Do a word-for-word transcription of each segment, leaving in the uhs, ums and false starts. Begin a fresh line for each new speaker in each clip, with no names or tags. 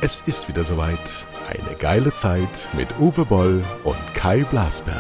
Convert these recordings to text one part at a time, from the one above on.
Es ist wieder soweit. Eine geile Zeit mit Uwe Boll und Kai Blasberg.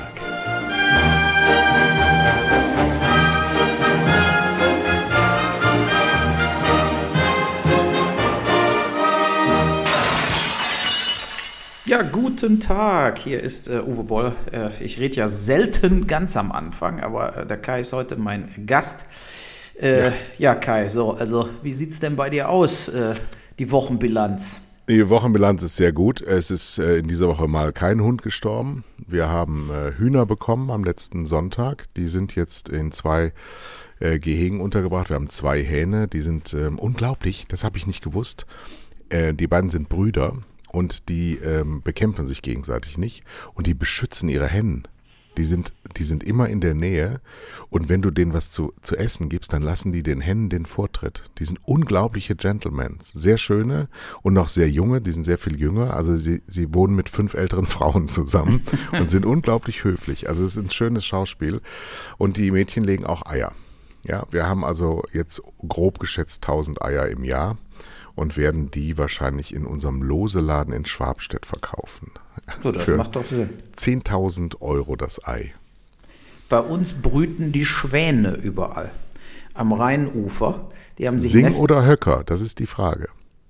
Ja, guten Tag. Hier ist äh, Uwe Boll. Äh, ich rede ja selten ganz am Anfang, aber äh, der Kai ist heute mein Gast. Äh, ja. ja, Kai, so, also wie sieht's denn bei dir aus, äh, die Wochenbilanz?
Die Wochenbilanz ist sehr gut. Es ist äh, in dieser Woche mal kein Hund gestorben. Wir haben äh, Hühner bekommen am letzten Sonntag. Die sind jetzt in zwei äh, Gehegen untergebracht. Wir haben zwei Hähne, die sind äh, unglaublich, das habe ich nicht gewusst. Äh, die beiden sind Brüder und die ähm, bekämpfen sich gegenseitig nicht und die beschützen ihre Hennen. Die sind, die sind immer in der Nähe und wenn du denen was zu, zu essen gibst, dann lassen die den Hennen den Vortritt. Die sind unglaubliche Gentlemen, sehr schöne und noch sehr junge, die sind sehr viel jünger, also sie, sie wohnen mit fünf älteren Frauen zusammen und sind unglaublich höflich. Also es ist ein schönes Schauspiel und die Mädchen legen auch Eier. Ja, wir haben also jetzt grob geschätzt tausend Eier im Jahr und werden die wahrscheinlich in unserem Loseladen in Schwabstedt verkaufen.
So, das
Für
macht doch Sinn.
zehntausend Euro das Ei.
Bei uns brüten die Schwäne überall. Am Rheinufer. Die haben sich
Sing
Nest-
oder Höcker, das ist die Frage.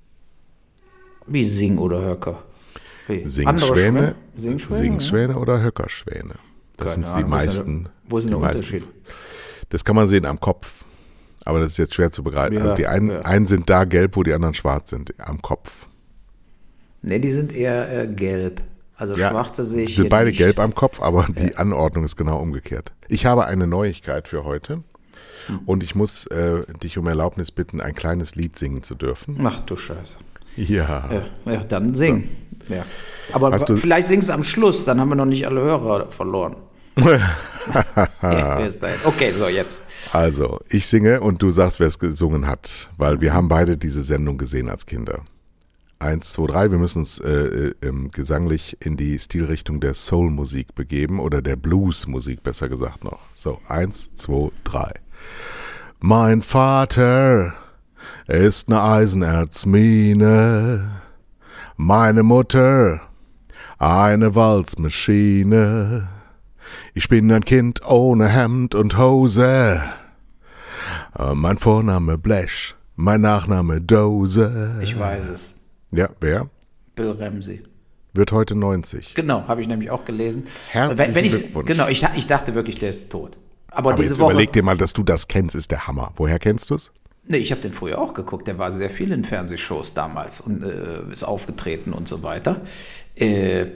Wie Sing oder Höcker? Wie?
Singschwäne,
Andere Singschwäne,
Singschwäne oder Höckerschwäne. Das
Keine
sind die
Ahnung, wo ist
meisten.
denn- wo ist denn
die
der
meisten.
Unterschied?
Das kann man sehen am Kopf. Aber das ist jetzt schwer zu begreifen.
Ja,
also die einen,
ja.
einen sind da gelb, wo die anderen schwarz sind, am Kopf.
Ne, die sind eher äh, gelb. Also
Ja,
schwarze sehe ich
die sind
hier
beide
nicht.
gelb am Kopf, aber die Anordnung ist genau umgekehrt. Ich habe eine Neuigkeit für heute und ich muss äh, dich um Erlaubnis bitten, ein kleines Lied singen zu dürfen.
Ach du Scheiße.
Ja.
Ja, ja dann sing. Ja. Aber
Hast du-
vielleicht singst du am Schluss, dann haben wir noch nicht alle Hörer verloren. Ja, wer ist da jetzt? Okay, so jetzt.
Also, ich singe und du sagst, wer es gesungen hat, weil wir haben beide diese Sendung gesehen als Kinder. Eins, zwei, drei, wir müssen uns äh, äh, gesanglich in die Stilrichtung der Soul-Musik begeben oder der Blues-Musik, besser gesagt noch. So, eins, zwei, drei. Mein Vater ist eine Eisenerzmine, meine Mutter eine Walzmaschine. Ich bin ein Kind ohne Hemd und Hose. Äh, Mein Vorname Blech, mein Nachname Dose.
Ich weiß es.
Ja, wer?
Bill Ramsey.
Wird heute neunzig.
Genau, habe ich nämlich auch gelesen.
Herzlichen
wenn, wenn ich,
Glückwunsch.
Genau, ich, ich dachte wirklich, der ist tot. Aber,
Aber
diese
jetzt
Woche.
überleg dir mal, dass du das kennst, ist der Hammer. Woher kennst du es?
Nee, ich habe den früher auch geguckt. Der war sehr viel in Fernsehshows damals und äh, ist aufgetreten und so weiter. Äh,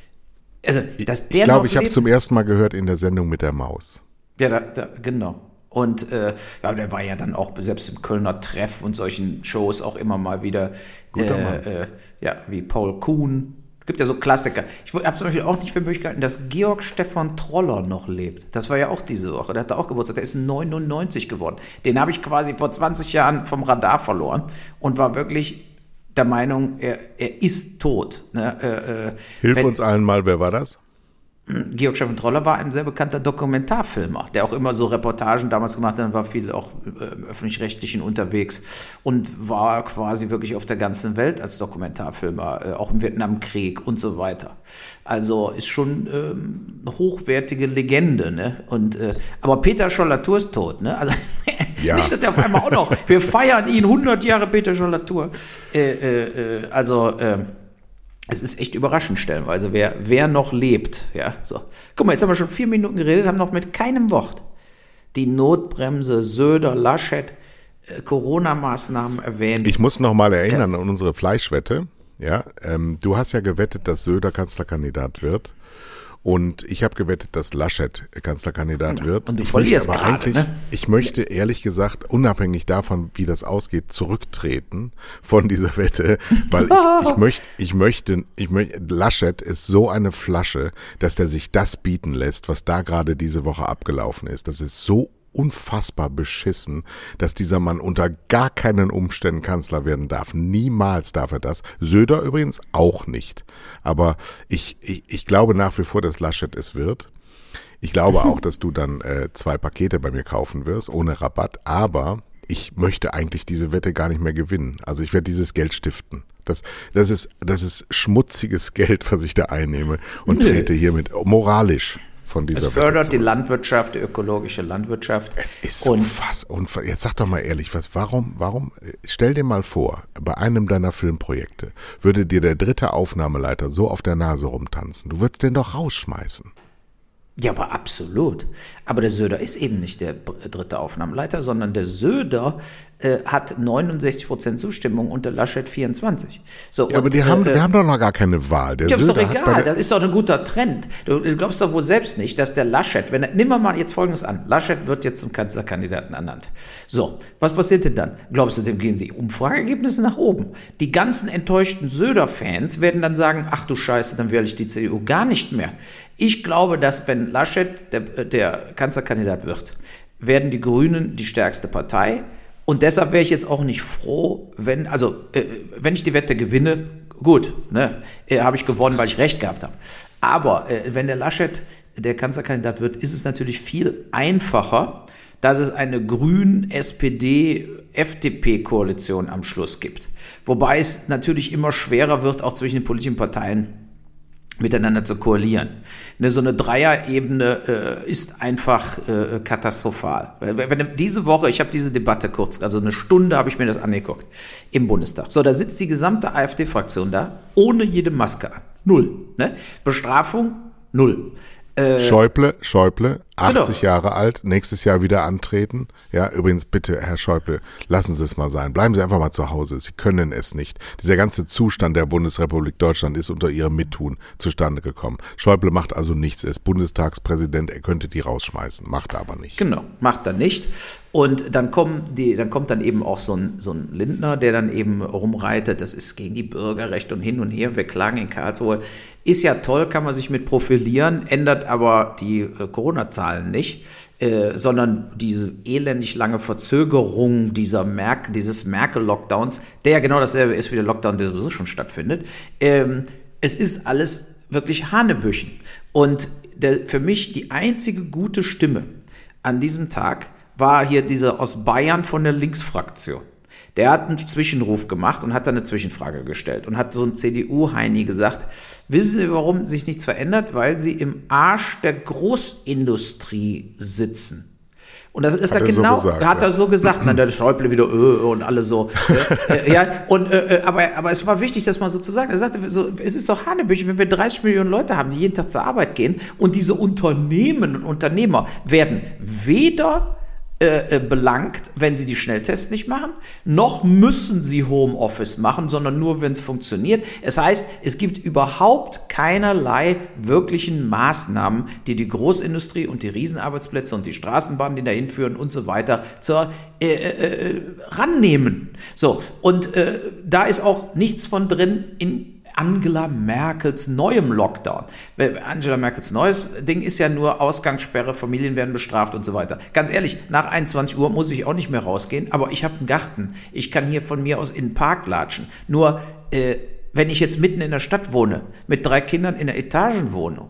also, dass der
Ich glaube,
noch
ich habe es
lebt-
zum ersten Mal gehört in der Sendung mit der Maus.
Ja, da, da, genau. Und äh, ja, der war ja dann auch selbst im Kölner Treff und solchen Shows auch immer mal wieder,
Guter Mann.
äh, äh, ja, wie Paul Kuhn. Gibt ja so Klassiker. Ich habe zum Beispiel auch nicht für möglich gehalten, dass Georg Stefan Troller noch lebt. Das war ja auch diese Woche. Der hatte auch Geburtstag. Der ist neunundneunzig geworden. Den habe ich quasi vor zwanzig Jahren vom Radar verloren und war wirklich der Meinung, er, er ist tot. Ne? Äh, äh,
Hilf
wenn-
uns allen mal, wer war das?
Georg Stefan Troller war ein sehr bekannter Dokumentarfilmer, der auch immer so Reportagen damals gemacht hat, war viel auch äh, im Öffentlich-Rechtlichen unterwegs und war quasi wirklich auf der ganzen Welt als Dokumentarfilmer, äh, auch im Vietnamkrieg und so weiter. Also ist schon ähm, eine hochwertige Legende, ne? Und, äh, aber Peter Scholl-Latour ist tot, ne? Also
Ja.
nicht, dass der auf einmal auch noch, wir feiern ihn, hundert Jahre Peter Scholl-Latour. Äh, äh, äh, also, ähm, es ist echt überraschend stellenweise, wer, wer noch lebt. Ja, so. Guck mal, jetzt haben wir schon vier Minuten geredet, haben noch mit keinem Wort die Notbremse, Söder, Laschet, äh, Corona-Maßnahmen erwähnt.
Ich muss noch mal erinnern an unsere Fleischwette. Ja, ähm, du hast ja gewettet, dass Söder Kanzlerkandidat wird. Und ich habe gewettet, dass Laschet Kanzlerkandidat wird.
Und du
ich
verlierst
möchte aber
gerade,
eigentlich,
ne?
Ich möchte ehrlich gesagt, unabhängig davon, wie das ausgeht, zurücktreten von dieser Wette, weil ich, ich möchte, ich möchte, ich möchte, Laschet ist so eine Flasche, dass der sich das bieten lässt, was da gerade diese Woche abgelaufen ist. Das ist so unfassbar beschissen, dass dieser Mann unter gar keinen Umständen Kanzler werden darf. Niemals darf er das. Söder übrigens auch nicht. Aber ich, ich, ich glaube nach wie vor, dass Laschet es wird. Ich glaube auch, dass du dann äh, zwei Pakete bei mir kaufen wirst, ohne Rabatt. Aber ich möchte eigentlich diese Wette gar nicht mehr gewinnen. Also ich werde dieses Geld stiften. Das, das ist, das ist schmutziges Geld, was ich da einnehme und
Nö.
trete hiermit moralisch von dieser
Es fördert
Wette
die Landwirtschaft, die ökologische Landwirtschaft.
Es ist so fass. Und jetzt sag doch mal ehrlich, was, warum, warum, stell dir mal vor, bei einem deiner Filmprojekte würde dir der dritte Aufnahmeleiter so auf der Nase rumtanzen. Du würdest den doch rausschmeißen.
Ja, aber absolut. Aber der Söder ist eben nicht der dritte Aufnahmeleiter, sondern der Söder äh, hat neunundsechzig Prozent Zustimmung und der Laschet vierundzwanzig. So,
ja,
und,
aber die haben,
äh,
wir haben doch noch gar keine Wahl. Der
ja, ist doch
Söder
egal, das ist doch ein guter Trend. Du, du glaubst doch wohl selbst nicht, dass der Laschet, wenn er, nimm mal jetzt Folgendes an, Laschet wird jetzt zum Kanzlerkandidaten ernannt. So, was passiert denn dann? Glaubst du, dem gehen die Umfrageergebnisse nach oben? Die ganzen enttäuschten Söder-Fans werden dann sagen, ach du Scheiße, dann wähle ich die C D U gar nicht mehr. Ich glaube, dass wenn Laschet der, der Kanzlerkandidat wird, werden die Grünen die stärkste Partei. Und deshalb wäre ich jetzt auch nicht froh, wenn, also äh, wenn ich die Wette gewinne, gut, ne, äh, habe ich gewonnen, weil ich recht gehabt habe. Aber äh, wenn der Laschet der Kanzlerkandidat wird, ist es natürlich viel einfacher, dass es eine Grün-S P D-F D P-Koalition am Schluss gibt. Wobei es natürlich immer schwerer wird, auch zwischen den politischen Parteien miteinander zu koalieren. Ne, so eine Dreierebene äh, ist einfach äh, katastrophal. Wenn diese Woche, ich habe diese Debatte kurz, also eine Stunde habe ich mir das angeguckt im Bundestag. So, da sitzt die gesamte AfD-Fraktion da, ohne jede Maske an. Null. Ne? Bestrafung, null. Äh,
Schäuble, Schäuble, achtzig
genau.
Jahre alt, nächstes Jahr wieder antreten. Ja, übrigens bitte, Herr Schäuble, lassen Sie es mal sein. Bleiben Sie einfach mal zu Hause. Sie können es nicht. Dieser ganze Zustand der Bundesrepublik Deutschland ist unter Ihrem Mittun zustande gekommen. Schäuble macht also nichts. Er ist Bundestagspräsident. Er könnte die rausschmeißen. Macht er aber nicht.
Genau, macht er nicht. Und dann kommen die, dann kommt dann eben auch so ein, so ein Lindner, der dann eben rumreitet. Das ist gegen die Bürgerrechte und hin und her. Wir klagen in Karlsruhe. Ist ja toll, kann man sich mit profilieren, ändert aber die äh, Corona-Zahlen nicht, äh, sondern diese elendig lange Verzögerung dieser Merk- dieses Merkel-Lockdowns, der ja genau dasselbe ist wie der Lockdown, der sowieso schon stattfindet. Ähm, es ist alles wirklich Hanebüchen. Und der, für mich die einzige gute Stimme an diesem Tag war hier dieser aus Bayern von der Linksfraktion. Der hat einen Zwischenruf gemacht und hat dann eine Zwischenfrage gestellt und hat so einem C D U-Heini gesagt, wissen Sie, warum sich nichts verändert? Weil Sie im Arsch der Großindustrie sitzen. Und das ist
hat
er
er
genau,
so gesagt,
hat er
ja.
so gesagt, dann der Schäuble wieder äh, und alle so. äh, ja, und, äh, aber, aber es war wichtig, das mal so zu sagen. Er sagte, so, es ist doch Hanebüchen, wenn wir dreißig Millionen Leute haben, die jeden Tag zur Arbeit gehen und diese Unternehmen und Unternehmer werden weder Äh, belangt, wenn sie die Schnelltests nicht machen, noch müssen sie Homeoffice machen, sondern nur, wenn es funktioniert. Es heißt, es gibt überhaupt keinerlei wirklichen Maßnahmen, die die Großindustrie und die Riesenarbeitsplätze und die Straßenbahnen, die dahin führen und so weiter, zur, äh, äh, rannehmen. So, und äh, da ist auch nichts von drin in Angela Merkels neuem Lockdown. Angela Merkels neues Ding ist ja nur Ausgangssperre, Familien werden bestraft und so weiter. Ganz ehrlich, nach einundzwanzig Uhr muss ich auch nicht mehr rausgehen, aber ich habe einen Garten. Ich kann hier von mir aus in den Park latschen. Nur, äh, wenn ich jetzt mitten in der Stadt wohne, mit drei Kindern in einer Etagenwohnung,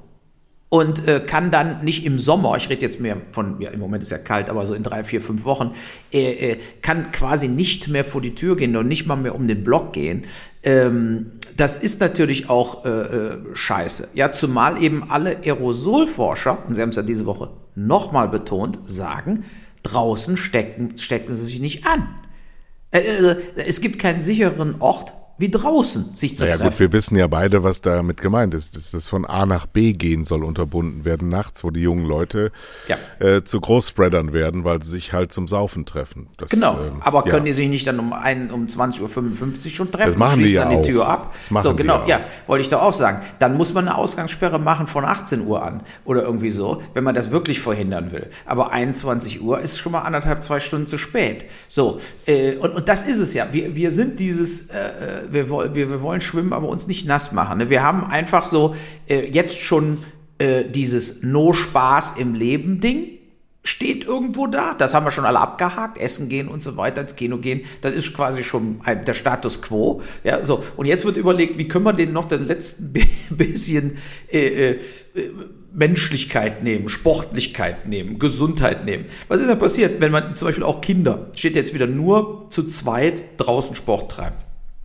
und äh, kann dann nicht im Sommer, ich rede jetzt mehr von, ja im Moment ist ja kalt, aber so in drei, vier, fünf Wochen, äh, äh, kann quasi nicht mehr vor die Tür gehen und nicht mal mehr um den Block gehen. Ähm, das ist natürlich auch äh, äh, scheiße. Ja, zumal eben alle Aerosolforscher, und Sie haben es ja diese Woche nochmal betont, sagen, draußen stecken, stecken sie sich nicht an. Äh, äh, es gibt keinen sicheren Ort wie draußen sich zu
naja,
treffen.
Gut, wir wissen ja beide, was damit gemeint ist, dass das von A nach B gehen soll unterbunden werden nachts, wo die jungen Leute
ja.
äh, zu Großspreadern werden, weil sie sich halt zum Saufen treffen. Das,
genau,
ähm,
aber können
ja.
die sich nicht dann um, ein, um zwanzig Uhr fünfundfünfzig schon treffen?
Das machen
schließen
die ja
dann die
auch.
Tür ab.
Das machen
so,
die
genau,
ja
ja, wollte ich doch auch sagen. Dann muss man eine Ausgangssperre machen von achtzehn Uhr an oder irgendwie so, wenn man das wirklich verhindern will. Aber einundzwanzig Uhr ist schon mal anderthalb, zwei Stunden zu spät. So, äh, und, und das ist es ja. Wir, wir sind dieses, äh, wir, wir, wir wollen schwimmen, aber uns nicht nass machen. Ne? Wir haben einfach so äh, jetzt schon äh, dieses No-Spaß im Leben-Ding steht irgendwo da. Das haben wir schon alle abgehakt. Essen gehen und so weiter, ins Kino gehen. Das ist quasi schon ein, der Status quo. Ja, so. Und jetzt wird überlegt, wie können wir den noch den letzten bisschen äh, äh, Menschlichkeit nehmen, Sportlichkeit nehmen, Gesundheit nehmen. Was ist denn passiert, wenn man zum Beispiel auch Kinder, steht jetzt wieder nur zu zweit draußen Sport treiben?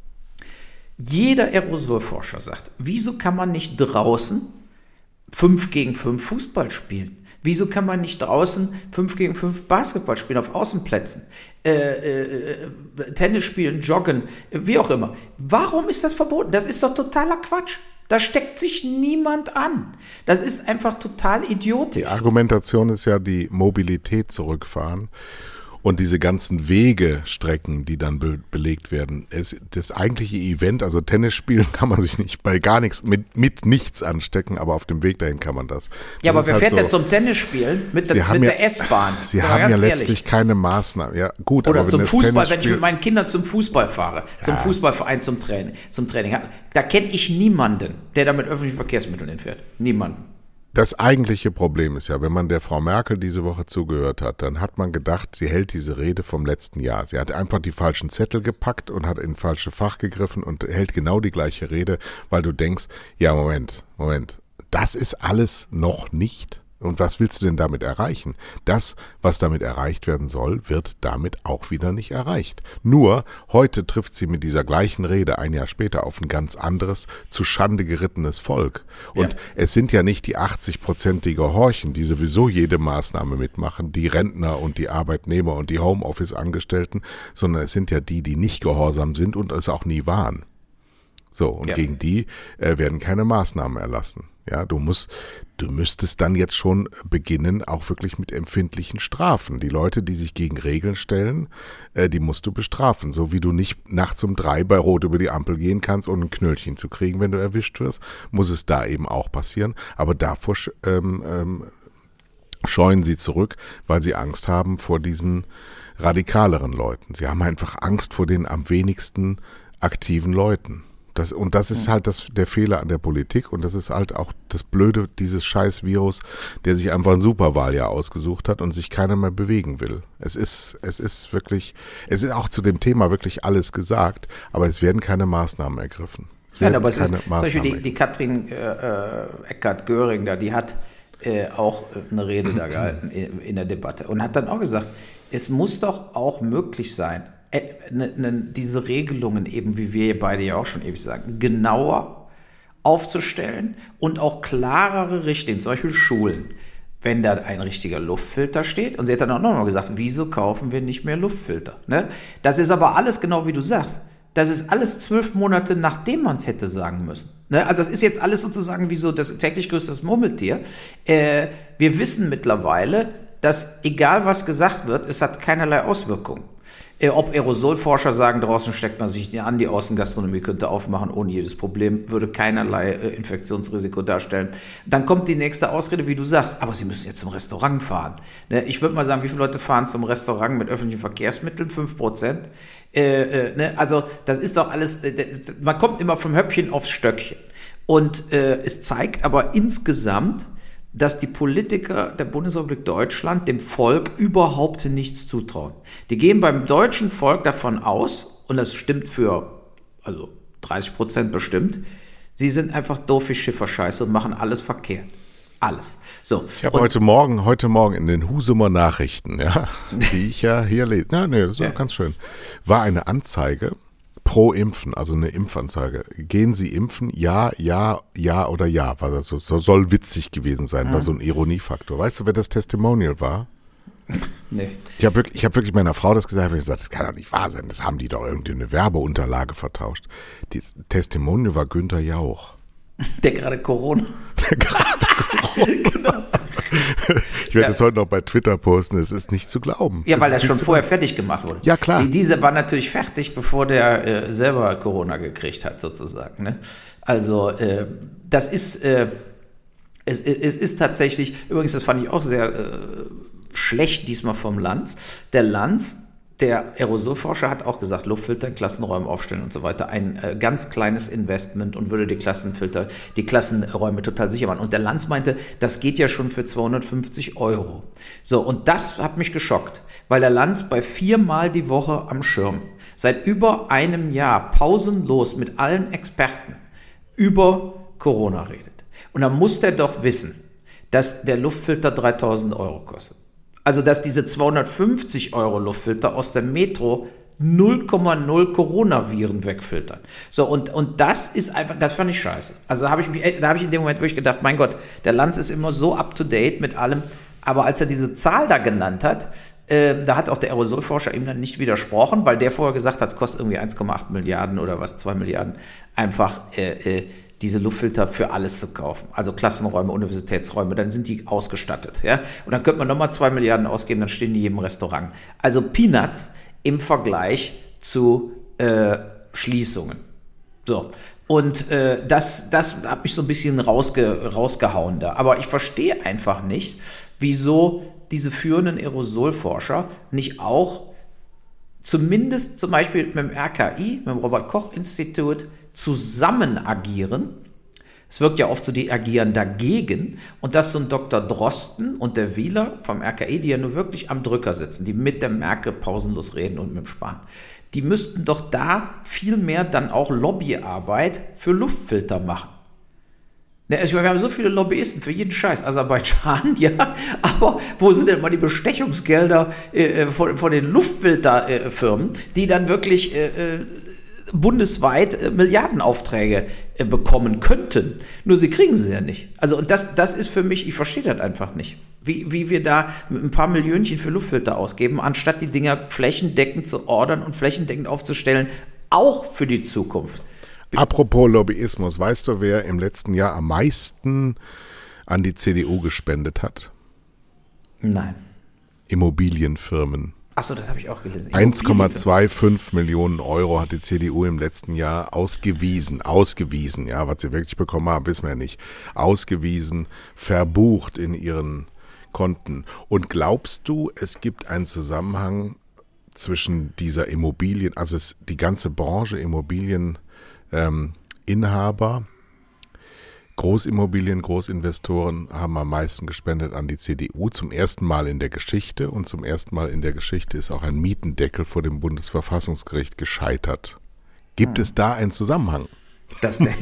Jeder Aerosolforscher sagt, wieso kann man nicht draußen fünf gegen fünf Fußball spielen? Wieso kann man nicht draußen fünf gegen fünf Basketball spielen auf Außenplätzen, äh, äh, Tennis spielen, joggen, wie auch immer? Warum ist das verboten? Das ist doch totaler Quatsch. Da steckt sich niemand an. Das ist einfach total idiotisch.
Die Argumentation ist ja die Mobilität zurückfahren. Und diese ganzen Wegestrecken, die dann be- belegt werden, es, das eigentliche Event, also Tennis spielen, kann man sich nicht bei gar nichts, mit, mit nichts anstecken, aber auf dem Weg dahin kann man das.
Ja,
das
aber wer
halt
fährt
so,
denn zum Tennis spielen mit, der, mit
ja,
der S-Bahn?
Sie
Ja,
haben ja
ehrlich.
letztlich keine Maßnahmen. Ja, gut,
Oder
aber
zum
wenn
Fußball, wenn ich mit meinen Kindern zum Fußball fahre, zum
Ja.
Fußballverein zum Training, zum Training, da kenne ich niemanden, der da mit öffentlichen Verkehrsmitteln hinfährt. Niemanden.
Das eigentliche Problem ist ja, wenn man der Frau Merkel diese Woche zugehört hat, dann hat man gedacht, sie hält diese Rede vom letzten Jahr. Sie hat einfach die falschen Zettel gepackt und hat in falsche Fach gegriffen und hält genau die gleiche Rede, weil du denkst, ja Moment, Moment, das ist alles noch nicht. Und was willst du denn damit erreichen? Das, was damit erreicht werden soll, wird damit auch wieder nicht erreicht. Nur, heute trifft sie mit dieser gleichen Rede ein Jahr später auf ein ganz anderes, zu Schande gerittenes Volk. Und ja. es sind ja nicht die achtzig Prozent, die gehorchen, die sowieso jede Maßnahme mitmachen, die Rentner und die Arbeitnehmer und die Homeoffice-Angestellten, sondern es sind ja die, die nicht gehorsam sind und es auch nie waren. So, und ja. gegen die äh, werden keine Maßnahmen erlassen. Ja, du musst, du müsstest dann jetzt schon beginnen, auch wirklich mit empfindlichen Strafen. Die Leute, die sich gegen Regeln stellen, äh, die musst du bestrafen. So wie du nicht nachts um drei bei Rot über die Ampel gehen kannst, um ein Knöllchen zu kriegen, wenn du erwischt wirst, muss es da eben auch passieren. Aber davor ähm, ähm, scheuen sie zurück, weil sie Angst haben vor diesen radikaleren Leuten. Sie haben einfach Angst vor den am wenigsten aktiven Leuten. Das, und das ist halt das, der Fehler an der Politik und das ist halt auch das Blöde dieses scheiß Virus, der sich einfach ein Superwahljahr ausgesucht hat und sich keiner mehr bewegen will. Es ist, es ist wirklich, es ist auch zu dem Thema wirklich alles gesagt, aber es werden keine Maßnahmen ergriffen. Es
Nein, aber es ist zum Beispiel die, die Katrin äh, Eckart-Göring da, die hat äh, auch eine Rede da gehalten in, in der Debatte und hat dann auch gesagt, es muss doch auch möglich sein, Ne, ne, diese Regelungen eben, wie wir beide ja auch schon ewig sagen, genauer aufzustellen und auch klarere Richtlinien, zum Beispiel Schulen, wenn da ein richtiger Luftfilter steht. Und sie hat dann auch nochmal gesagt, wieso kaufen wir nicht mehr Luftfilter? Ne? Das ist aber alles genau wie du sagst. Das ist alles zwölf Monate, nachdem man es hätte sagen müssen. Ne? Also das ist jetzt alles sozusagen wie so das täglich größtes Murmeltier. Äh, wir wissen mittlerweile, dass egal was gesagt wird, es hat keinerlei Auswirkungen. Ob Aerosolforscher sagen, draußen steckt man sich nicht an, die Außengastronomie könnte aufmachen ohne jedes Problem, würde keinerlei äh, Infektionsrisiko darstellen. Dann kommt die nächste Ausrede, wie du sagst, aber sie müssen jetzt zum Restaurant fahren. Ne? Ich würde mal sagen, wie viele Leute fahren zum Restaurant mit öffentlichen Verkehrsmitteln? fünf Prozent. Äh, äh, ne? Also das ist doch alles, äh, man kommt immer vom Höppchen aufs Stöckchen. Und äh, es zeigt aber insgesamt, dass die Politiker der Bundesrepublik Deutschland dem Volk überhaupt nichts zutrauen. Die gehen beim deutschen Volk davon aus, und das stimmt für also dreißig Prozent bestimmt, sie sind einfach doof wie Schifferscheiße und machen alles verkehrt. Alles. So.
Ich habe heute Morgen, heute Morgen in den Husumer Nachrichten, ja, die ich ja hier lese, na, nee, das ist ja ganz schön, war eine Anzeige pro Impfen, also eine Impfanzeige. Gehen Sie impfen? Ja, ja, ja oder ja. War das so, soll witzig gewesen sein, ja. War so ein Ironiefaktor. Weißt du, wer das Testimonial war? Nee. Ich habe wirklich, ich hab wirklich meiner Frau das gesagt, habe gesagt, das kann doch nicht wahr sein. Das haben die doch irgendwie eine Werbeunterlage vertauscht. Die Testimonial war Günther Jauch.
Der gerade Corona.
Der gerade Corona. Genau. Ich werde ja. jetzt heute noch bei Twitter posten, es ist nicht zu glauben.
Ja,
das
weil das schon vorher glauben. fertig gemacht wurde.
Ja, klar.
Die, diese war natürlich fertig, bevor der äh, selber Corona gekriegt hat, sozusagen. Ne? Also, äh, das ist, äh, es, es ist tatsächlich, übrigens, das fand ich auch sehr äh, schlecht diesmal vom Lanz. Der Lanz, der Aerosolforscher, hat auch gesagt, Luftfilter in Klassenräumen aufstellen und so weiter, ein äh, ganz kleines Investment und würde die Klassenfilter, die Klassenräume total sicher machen. Und der Lanz meinte, das geht ja schon für zweihundertfünfzig Euro. So, und das hat mich geschockt, weil der Lanz bei viermal die Woche am Schirm seit über einem Jahr pausenlos mit allen Experten über Corona redet. Und da muss der doch wissen, dass der Luftfilter dreitausend Euro kostet. Also, dass diese zweihundertfünfzig Euro Luftfilter aus der Metro null Komma null Coronaviren wegfiltern. So, und, und das ist einfach, das fand ich scheiße. Also, da habe ich mich, da habe ich in dem Moment wirklich gedacht, mein Gott, der Lanz ist immer so up to date mit allem. Aber als er diese Zahl da genannt hat, äh, da hat auch der Aerosolforscher ihm dann nicht widersprochen, weil der vorher gesagt hat, es kostet irgendwie eins Komma acht Milliarden oder was, zwei Milliarden, einfach äh, äh, diese Luftfilter für alles zu kaufen. Also Klassenräume, Universitätsräume, dann sind die ausgestattet. Ja? Und dann könnte man nochmal zwei Milliarden ausgeben, dann stehen die jedem Restaurant. Also Peanuts im Vergleich zu äh, Schließungen. So. Und äh, das, das hat mich so ein bisschen rausge, rausgehauen da. Aber ich verstehe einfach nicht, wieso diese führenden Aerosolforscher nicht auch zumindest zum Beispiel mit dem R K I, mit dem Robert-Koch-Institut zusammen agieren. Es wirkt ja oft so, die agieren dagegen. Und dass so ein Doktor Drosten und der Wieler vom R K I, die ja nur wirklich am Drücker sitzen, die mit der Merkel pausenlos reden und mit dem Spahn, die müssten doch da viel mehr dann auch Lobbyarbeit für Luftfilter machen. Also wir haben so viele Lobbyisten für jeden Scheiß. Aserbaidschan, ja, aber wo sind denn mal die Bestechungsgelder äh, von, von den Luftfilterfirmen, die dann wirklich äh, bundesweit äh, Milliardenaufträge äh, bekommen könnten? Nur sie kriegen sie ja nicht. Also und das, das ist für mich, ich verstehe das einfach nicht. Wie, wie wir da mit ein paar Millionchen für Luftfilter ausgeben, anstatt die Dinger flächendeckend zu ordern und flächendeckend aufzustellen, auch für die Zukunft.
Apropos Lobbyismus, weißt du, wer im letzten Jahr am meisten an die C D U gespendet hat?
Nein.
Immobilienfirmen.
Achso, das habe ich auch gelesen.
eins Komma fünfundzwanzig Millionen Euro hat die C D U im letzten Jahr ausgewiesen. Ausgewiesen, ja, was sie wirklich bekommen haben, wissen wir ja nicht. Ausgewiesen, verbucht in ihren Konten. Und glaubst du, es gibt einen Zusammenhang zwischen dieser Immobilien, also es, die ganze Branche Immobilien, Ähm, Inhaber, Großimmobilien, Großinvestoren haben am meisten gespendet an die C D U, zum ersten Mal in der Geschichte, und zum ersten Mal in der Geschichte ist auch ein Mietendeckel vor dem Bundesverfassungsgericht gescheitert. Gibt hm. es da einen Zusammenhang?
Das ist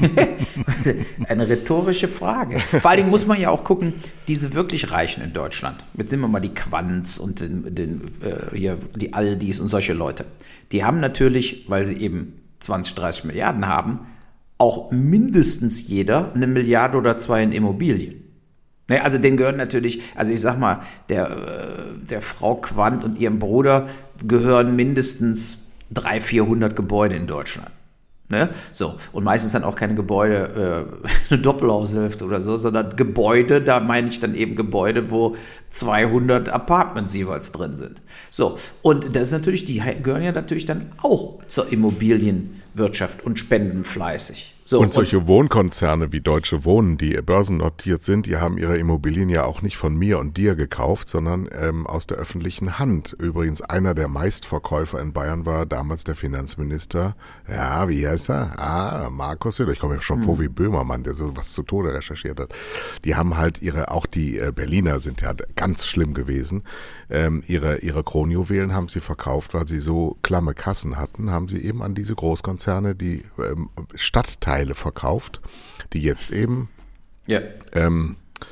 eine rhetorische Frage. Vor allen Dingen muss man ja auch gucken, diese wirklich Reichen in Deutschland, jetzt nehmen wir mal die Quanz und den, den, äh, hier, die Aldis und solche Leute, die haben natürlich, weil sie eben zwanzig, dreißig Milliarden haben, auch mindestens jeder eine Milliarde oder zwei in Immobilien. Ne, also denen gehören natürlich, also ich sag mal, der, der Frau Quandt und ihrem Bruder gehören mindestens dreihundert, vierhundert Gebäude in Deutschland. Ne? So, und meistens dann auch keine Gebäude, äh, eine Doppelhaushälfte oder so, sondern Gebäude, da meine ich dann eben Gebäude, wo zweihundert Apartments jeweils drin sind. So, und das ist natürlich, die gehören ja natürlich dann auch zur Immobilienwirtschaft und spenden fleißig. So,
und solche und Wohnkonzerne wie Deutsche Wohnen, die börsennotiert sind, die haben ihre Immobilien ja auch nicht von mir und dir gekauft, sondern ähm, aus der öffentlichen Hand. Übrigens, einer der Meistverkäufer in Bayern war damals der Finanzminister, ja, wie heißt er? Ah, Markus Söder. Ich komme mir schon hm. vor wie Böhmermann, der so was zu Tode recherchiert hat. Die haben halt ihre, auch die äh, Berliner sind ja ganz schlimm gewesen, ähm, ihre, ihre Kronjuwelen haben sie verkauft, weil sie so klamme Kassen hatten, haben sie eben an diese Großkonzerne die ähm, Stadtteile verkauft, die jetzt eben
ja.
ähm,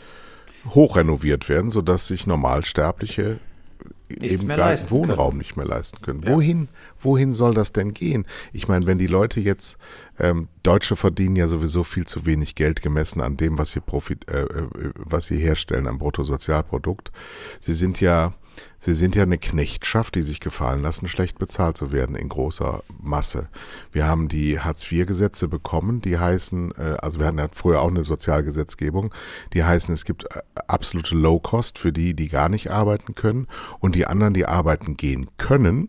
hochrenoviert werden, sodass sich Normalsterbliche
Nichts
eben gar Wohnraum können. nicht mehr leisten können. Ja. Wohin, wohin soll das denn gehen? Ich meine, wenn die Leute jetzt, ähm, Deutsche verdienen ja sowieso viel zu wenig Geld gemessen an dem, was sie Profit, äh, was sie herstellen am Bruttosozialprodukt. Sie sind ja Sie sind ja eine Knechtschaft, die sich gefallen lassen, schlecht bezahlt zu werden in großer Masse. Wir haben die Hartz-vier-Gesetze bekommen, die heißen, also wir hatten ja früher auch eine Sozialgesetzgebung, die heißen, es gibt absolute Low-Cost für die, die gar nicht arbeiten können, und die anderen, die arbeiten gehen können,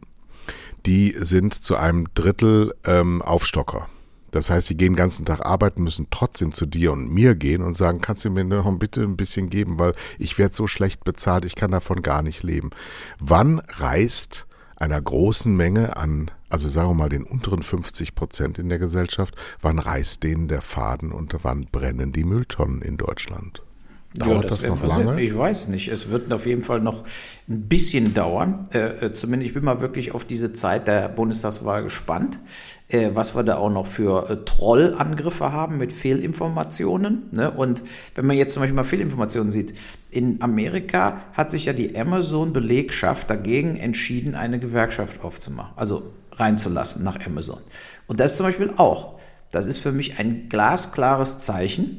die sind zu einem Drittel ähm, Aufstocker. Das heißt, sie gehen den ganzen Tag arbeiten, müssen trotzdem zu dir und mir gehen und sagen, kannst du mir noch bitte ein bisschen geben, weil ich werde so schlecht bezahlt, ich kann davon gar nicht leben. Wann reißt einer großen Menge an, also sagen wir mal den unteren fünfzig Prozent in der Gesellschaft, wann reißt denen der Faden und wann brennen die Mülltonnen in Deutschland? Dauert
ja, das,
das noch
wir
lange?
Ich weiß nicht. Es wird auf jeden Fall noch ein bisschen dauern. Äh, zumindest, ich bin mal wirklich auf diese Zeit der Bundestagswahl gespannt, äh, was wir da auch noch für äh, Trollangriffe haben mit Fehlinformationen. Ne? Und wenn man jetzt zum Beispiel mal Fehlinformationen sieht, in Amerika hat sich ja die Amazon-Belegschaft dagegen entschieden, eine Gewerkschaft aufzumachen, also reinzulassen nach Amazon. Und das zum Beispiel auch. Das ist für mich ein glasklares Zeichen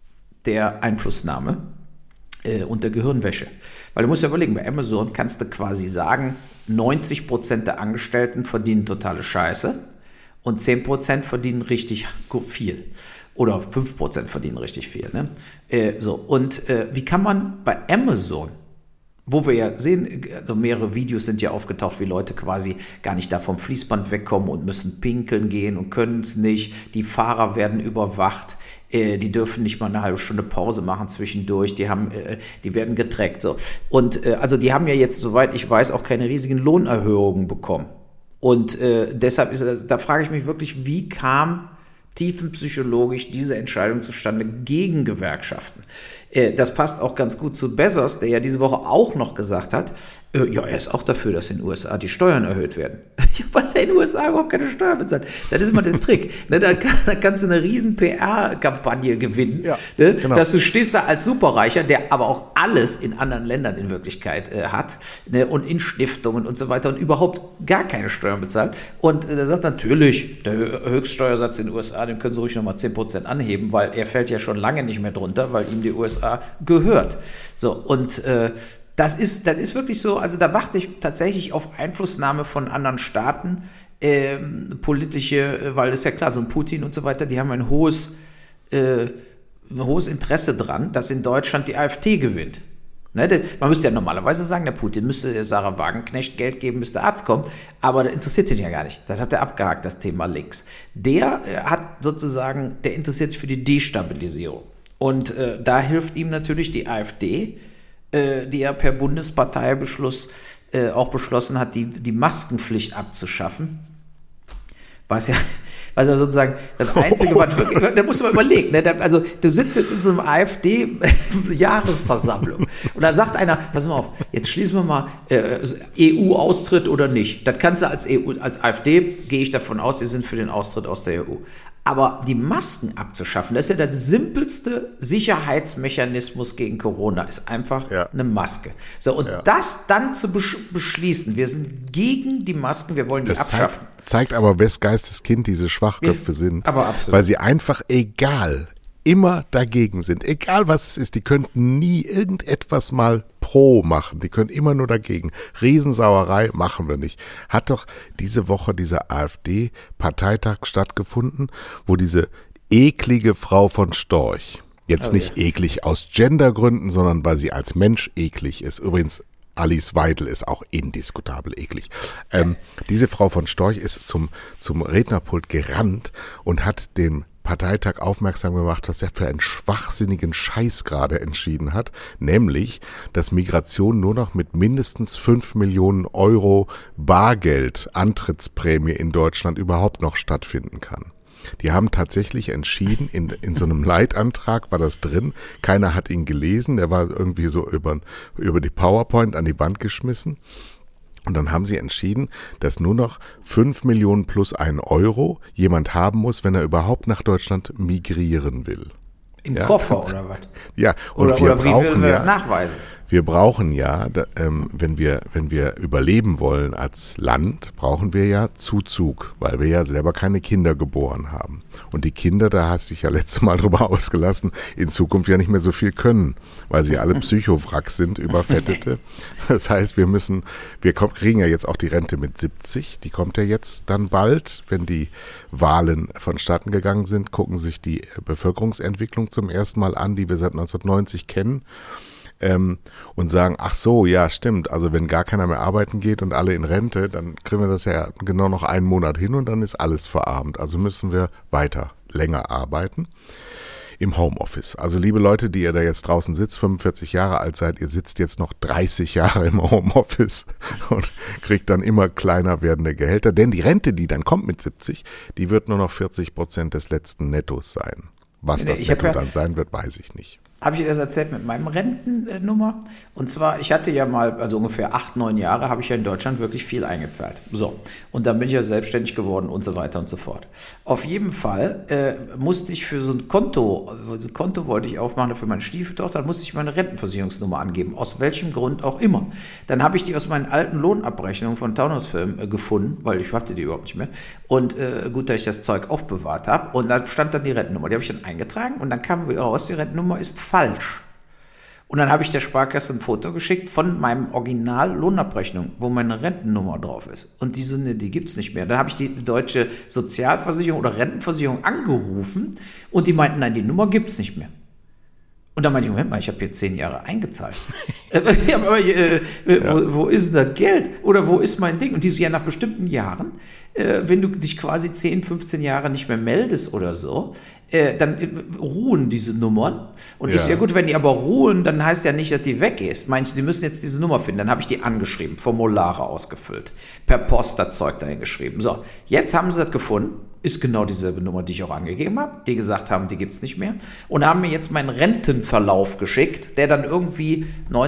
der Einflussnahme äh, und der Gehirnwäsche. Weil du musst ja überlegen, bei Amazon kannst du quasi sagen, neunzig Prozent der Angestellten verdienen totale Scheiße und zehn Prozent verdienen richtig viel. Oder fünf Prozent verdienen richtig viel. Ne? Äh, so. Und äh, wie kann man bei Amazon, wo wir ja sehen, also mehrere Videos sind ja aufgetaucht, wie Leute quasi gar nicht da vom Fließband wegkommen und müssen pinkeln gehen und können es nicht. Die Fahrer werden überwacht. Die dürfen nicht mal eine halbe Stunde Pause machen zwischendurch, die haben, die werden getrackt, so. Und also die haben ja jetzt, soweit ich weiß, auch keine riesigen Lohnerhöhungen bekommen. Und äh, deshalb ist, da frage ich mich wirklich, wie kam tiefenpsychologisch diese Entscheidung zustande gegen Gewerkschaften? Äh, das passt auch ganz gut zu Bezos, der ja diese Woche auch noch gesagt hat, äh, ja, er ist auch dafür, dass in den U S A die Steuern erhöht werden. Weil er in den U S A überhaupt keine Steuern bezahlt. Das ist immer der Trick. Ne, da, kann, da kannst du eine riesen P R-Kampagne gewinnen, ja, ne, genau. Dass du stehst da als Superreicher, der aber auch alles in anderen Ländern in Wirklichkeit äh, hat, ne, und in Stiftungen und so weiter und überhaupt gar keine Steuern bezahlt. Und äh, er sagt natürlich, der Höchststeuersatz in den U S A, den können sie ruhig nochmal zehn Prozent anheben, weil er fällt ja schon lange nicht mehr drunter, weil ihm die U S A gehört. So, und äh, Das ist, das ist wirklich so, also da warte ich tatsächlich auf Einflussnahme von anderen Staaten, ähm, politische, weil es ja klar, so ein Putin und so weiter, die haben ein hohes, äh, ein hohes Interesse dran, dass in Deutschland die AfD gewinnt. Ne, der, man müsste ja normalerweise sagen, der Putin müsste Sarah Wagenknecht Geld geben, bis der Arzt kommt, aber das interessiert ihn ja gar nicht. Das hat er abgehakt, das Thema links. Der äh, hat sozusagen, der interessiert sich für die Destabilisierung. Und äh, da hilft ihm natürlich die AfD, die ja per Bundesparteibeschluss äh, auch beschlossen hat, die, die Maskenpflicht abzuschaffen. Was ja, was ja sozusagen das Einzige, was wirklich, da musst du mal überlegen, ne? Da, also du sitzt jetzt in so einer AfD-Jahresversammlung und da sagt einer, pass mal auf, jetzt schließen wir mal äh, E U-Austritt oder nicht. Das kannst du als E U, als AfD, gehe ich davon aus, sie sind für den Austritt aus der E U. Aber die Masken abzuschaffen, das ist ja der simpelste Sicherheitsmechanismus gegen Corona, ist einfach ja. eine Maske. So, und ja. das dann zu besch- beschließen, wir sind gegen die Masken, wir wollen die
das
abschaffen.
Zeigt, zeigt aber, wes Geisteskind diese Schwachköpfe ja, sind.
Aber absolut.
Weil sie einfach egal, immer dagegen sind. Egal was es ist, die könnten nie irgendetwas mal pro machen. Die können immer nur dagegen. Riesensauerei machen wir nicht. Hat doch diese Woche dieser AfD-Parteitag stattgefunden, wo diese eklige Frau von Storch, jetzt oh, nicht ja. eklig aus Gendergründen, sondern weil sie als Mensch eklig ist. Übrigens, Alice Weidel ist auch indiskutabel eklig. Ähm, diese Frau von Storch ist zum, zum Rednerpult gerannt und hat dem Parteitag aufmerksam gemacht, was er für einen schwachsinnigen Scheiß gerade entschieden hat, nämlich, dass Migration nur noch mit mindestens fünf Millionen Euro Bargeld Antrittsprämie in Deutschland überhaupt noch stattfinden kann. Die haben tatsächlich entschieden, in, in so einem Leitantrag war das drin, keiner hat ihn gelesen, der war irgendwie so über, über die PowerPoint an die Wand geschmissen. Und dann haben sie entschieden, dass nur noch fünf Millionen plus ein Euro jemand haben muss, wenn er überhaupt nach Deutschland migrieren will.
Im
ja?
Koffer oder was?
Ja, und
oder,
wir
oder
brauchen
wie wir
ja
nachweisen.
Wir brauchen ja, ähm, wenn wir wenn wir überleben wollen als Land, brauchen wir ja Zuzug, weil wir ja selber keine Kinder geboren haben. Und die Kinder, da hast du dich ja letztes Mal drüber ausgelassen, in Zukunft ja nicht mehr so viel können, weil sie alle Psychowracks sind, überfettete. Das heißt, wir müssen, wir kriegen ja jetzt auch die Rente mit siebzig, die kommt ja jetzt dann bald, wenn die Wahlen vonstatten gegangen sind, gucken sich die Bevölkerungsentwicklung zum ersten Mal an, die wir seit neunzehnhundertneunzig kennen. Ähm, und sagen, ach so, ja, stimmt, also wenn gar keiner mehr arbeiten geht und alle in Rente, dann kriegen wir das ja genau noch einen Monat hin und dann ist alles verarmt. Also müssen wir weiter, länger arbeiten im Homeoffice. Also liebe Leute, die ihr da jetzt draußen sitzt, fünfundvierzig Jahre alt seid, ihr sitzt jetzt noch dreißig Jahre im Homeoffice und kriegt dann immer kleiner werdende Gehälter, denn die Rente, die dann kommt mit siebzig, die wird nur noch vierzig Prozent des letzten Nettos sein. Was das Netto ja, dann sein wird, weiß ich nicht.
Habe ich dir das erzählt mit meinem Rentennummer? Und zwar, ich hatte ja mal, also ungefähr acht, neun Jahre, habe ich ja in Deutschland wirklich viel eingezahlt. So, und dann bin ich ja selbstständig geworden und so weiter und so fort. Auf jeden Fall äh, musste ich für so ein Konto, ein Konto wollte ich aufmachen für meine Stieftochter, dann musste ich meine Rentenversicherungsnummer angeben, aus welchem Grund auch immer. Dann habe ich die aus meinen alten Lohnabrechnungen von Taunusfilm äh, gefunden, weil ich hatte die überhaupt nicht mehr. Und äh, gut, dass ich das Zeug aufbewahrt habe. Und da stand dann die Rentennummer, die habe ich dann eingetragen und dann kam wieder raus, die Rentennummer ist falsch. Und dann habe ich der Sparkasse ein Foto geschickt von meinem Original Lohnabrechnung, wo meine Rentennummer drauf ist. Und die so, ne, die gibt's nicht mehr. Dann habe ich die deutsche Sozialversicherung oder Rentenversicherung angerufen und die meinten, nein, die Nummer gibt's nicht mehr. Und dann meinte ich, Moment mal, ich habe hier zehn Jahre eingezahlt. ja, aber, äh, äh, ja. Wo, wo ist denn das Geld? Oder wo ist mein Ding? Und die so, ja, nach bestimmten Jahren, äh, wenn du dich quasi zehn, fünfzehn Jahre nicht mehr meldest oder so, äh, dann äh, ruhen diese Nummern. Und ja. ich so, ja gut, wenn die aber ruhen, dann heißt ja nicht, dass die weg ist. Meinst du, sie müssen jetzt diese Nummer finden? Dann habe ich die angeschrieben, Formulare ausgefüllt, per Post das Zeug dahin geschrieben. So, jetzt haben sie das gefunden. Ist genau dieselbe Nummer, die ich auch angegeben habe, die gesagt haben, die gibt es nicht mehr. Und haben mir jetzt meinen Rentenverlauf geschickt, der dann irgendwie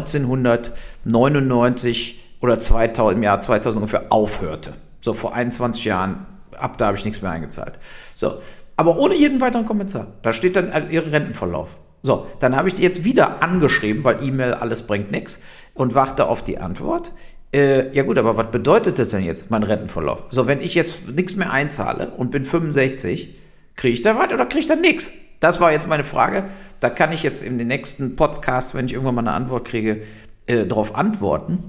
neunzehnhundertneunundneunzig oder zweitausend, im Jahr zweitausend ungefähr aufhörte. So vor einundzwanzig Jahren, ab da habe ich nichts mehr eingezahlt. So, aber ohne jeden weiteren Kommentar. Da steht dann ihr Rentenverlauf. So, dann habe ich die jetzt wieder angeschrieben, weil E-Mail, alles bringt nichts und warte auf die Antwort. Äh, ja gut, aber was bedeutet das denn jetzt, mein Rentenverlauf? So, wenn ich jetzt nichts mehr einzahle und bin fünfundsechzig, kriege ich da was oder kriege ich da nichts? Das war jetzt meine Frage. Da kann ich jetzt in den nächsten Podcast, wenn ich irgendwann mal eine Antwort kriege, äh, darauf antworten.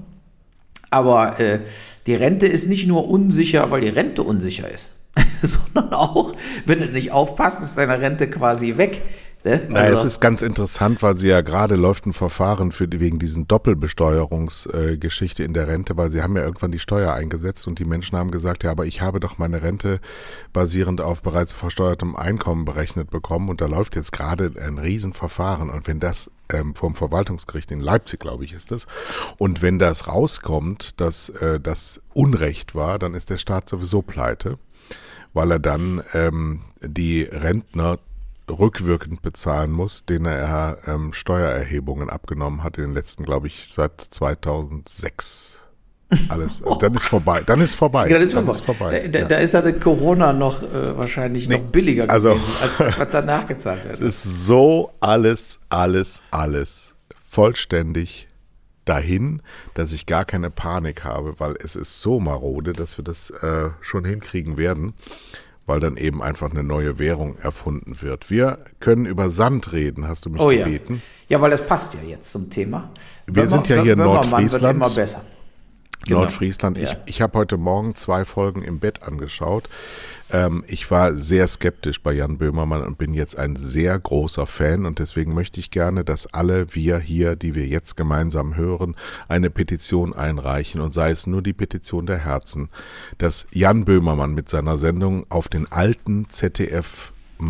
Aber äh, die Rente ist nicht nur unsicher, weil die Rente unsicher ist, sondern auch, wenn du nicht aufpasst, ist deine Rente quasi weg. Ne? Also,
naja, es ist ganz interessant, weil sie ja gerade läuft ein Verfahren für wegen diesen Doppelbesteuerungsgeschichte äh, in der Rente, weil sie haben ja irgendwann die Steuer eingesetzt und die Menschen haben gesagt, ja, aber ich habe doch meine Rente basierend auf bereits versteuertem Einkommen berechnet bekommen und da läuft jetzt gerade ein Riesenverfahren und wenn das ähm, vom Verwaltungsgericht in Leipzig, glaube ich, ist das, und wenn das rauskommt, dass äh, das Unrecht war, dann ist der Staat sowieso pleite, weil er dann ähm, die Rentner rückwirkend bezahlen muss, denen er ähm, Steuererhebungen abgenommen hat in den letzten, glaube ich, seit zweitausendsechs. Alles. Also dann ist vorbei. Dann ist vorbei.
Ja, dann ist
dann
vorbei.
Ist vorbei.
Da,
ja.
da ist ja der Corona noch äh, wahrscheinlich nee, noch billiger
also,
gewesen, als was danach gezahlt wird.
Es ist so alles, alles, alles vollständig dahin, dass ich gar keine Panik habe, weil es ist so marode, dass wir das äh, schon hinkriegen werden, weil dann eben einfach eine neue Währung erfunden wird. Wir können über Sand reden, hast du mich
oh,
gebeten.
Ja. ja, weil das passt ja jetzt zum Thema.
Wir sind ja hier in Nordfriesland.
Wird immer besser. Genau.
Nordfriesland. Ich,
ja.
ich habe heute Morgen zwei Folgen im Bett angeschaut. Ähm, ich war sehr skeptisch bei Jan Böhmermann und bin jetzt ein sehr großer Fan und deswegen möchte ich gerne, dass alle wir hier, die wir jetzt gemeinsam hören, eine Petition einreichen und sei es nur die Petition der Herzen, dass Jan Böhmermann mit seiner Sendung auf den alten Z D F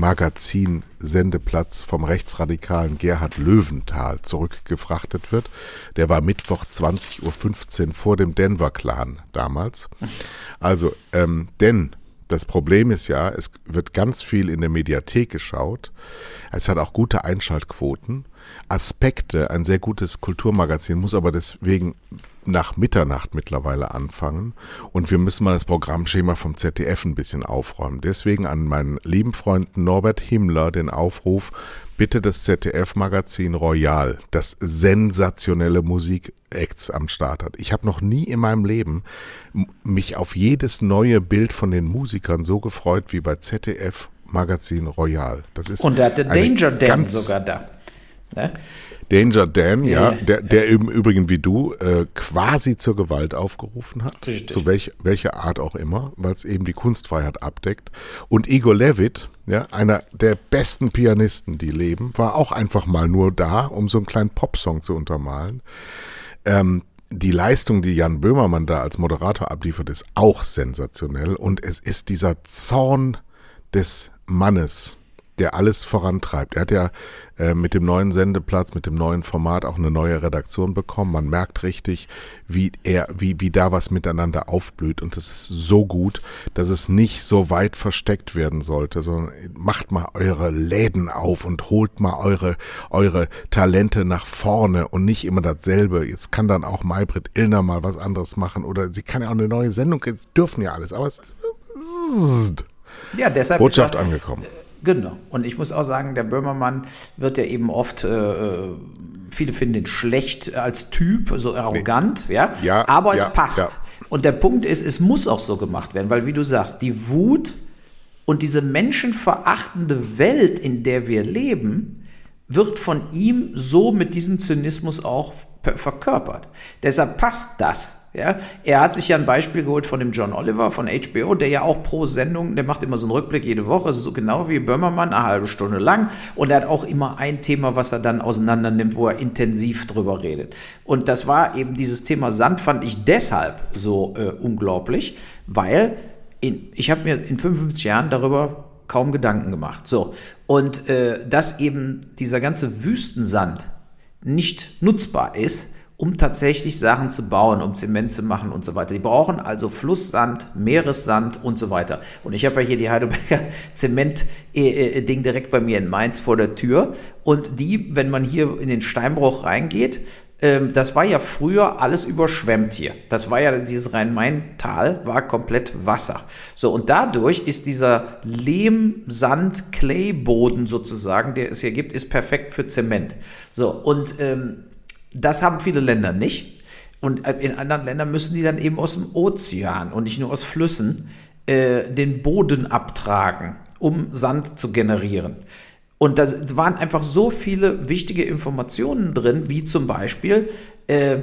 Magazin-Sendeplatz vom rechtsradikalen Gerhard Löwenthal zurückgefrachtet wird. Der war Mittwoch zwanzig Uhr fünfzehn vor dem Denver-Clan damals. Also, ähm, denn das Problem ist ja, es wird ganz viel in der Mediathek geschaut. Es hat auch gute Einschaltquoten. Aspekte, ein sehr gutes Kulturmagazin, muss aber deswegen nach Mitternacht mittlerweile anfangen und wir müssen mal das Programmschema vom Z D F ein bisschen aufräumen. Deswegen an meinen lieben Freund Norbert Himmler den Aufruf, bitte das Z D F-Magazin Royal, das sensationelle Musik-Acts am Start hat. Ich habe noch nie in meinem Leben mich auf jedes neue Bild von den Musikern so gefreut wie bei Z D F Magazin Royal. Das ist
und da hatte Danger Dan sogar da. Ne?
Danger Dan, ja, ja, der, der im Übrigen wie du äh, quasi zur Gewalt aufgerufen hat,
Richtig.
zu welch, welcher Art auch immer, weil es eben die Kunstfreiheit abdeckt. Und Igor Levit, ja, einer der besten Pianisten, die leben, war auch einfach mal nur da, um so einen kleinen Popsong zu untermalen. Ähm, die Leistung, die Jan Böhmermann da als Moderator abliefert, ist auch sensationell und es ist dieser Zorn des Mannes, der alles vorantreibt. Er hat ja äh, mit dem neuen Sendeplatz, mit dem neuen Format auch eine neue Redaktion bekommen. Man merkt richtig, wie er, wie, wie da was miteinander aufblüht. Und das ist so gut, dass es nicht so weit versteckt werden sollte, sondern macht mal eure Läden auf und holt mal eure, eure Talente nach vorne und nicht immer dasselbe. Jetzt kann dann auch Maybrit Illner mal was anderes machen oder sie kann ja auch eine neue Sendung, sie dürfen ja alles, aber es ist
ja, deshalb
Botschaft
ist er,
angekommen.
Genau. Und ich muss auch sagen, der Böhmermann wird ja eben oft, äh, viele finden ihn schlecht als Typ, so arrogant, nee. ja?
ja,
aber es
ja,
passt.
Ja.
Und der Punkt ist, es muss auch so gemacht werden, weil wie du sagst, die Wut und diese menschenverachtende Welt, in der wir leben, wird von ihm so mit diesem Zynismus auch verkörpert. Deshalb passt das. Ja, er hat sich ja ein Beispiel geholt von dem John Oliver von H B O, der ja auch pro Sendung, der macht immer so einen Rückblick jede Woche, so genau wie Böhmermann, eine halbe Stunde lang. Und er hat auch immer ein Thema, was er dann auseinander nimmt, wo er intensiv drüber redet. Und das war eben dieses Thema Sand, fand ich deshalb so äh, unglaublich, weil in, ich habe mir in fünfundfünfzig Jahren darüber kaum Gedanken gemacht. So, und äh, dass eben dieser ganze Wüstensand nicht nutzbar ist, um tatsächlich Sachen zu bauen, um Zement zu machen und so weiter. Die brauchen also Flusssand, Meeressand und so weiter. Und ich habe ja hier die Heidelberger Zement-Ding direkt bei mir in Mainz vor der Tür. Und die, wenn man hier in den Steinbruch reingeht, ähm, das war ja früher alles überschwemmt hier. Das war ja, dieses Rhein-Main-Tal war komplett Wasser. So, und dadurch ist dieser Lehm-Sand-Clay-Boden sozusagen, der es hier gibt, ist perfekt für Zement. So, und ähm, das haben viele Länder nicht. Und in anderen Ländern müssen die dann eben aus dem Ozean und nicht nur aus Flüssen äh, den Boden abtragen, um Sand zu generieren. Und da waren einfach so viele wichtige Informationen drin, wie zum Beispiel äh,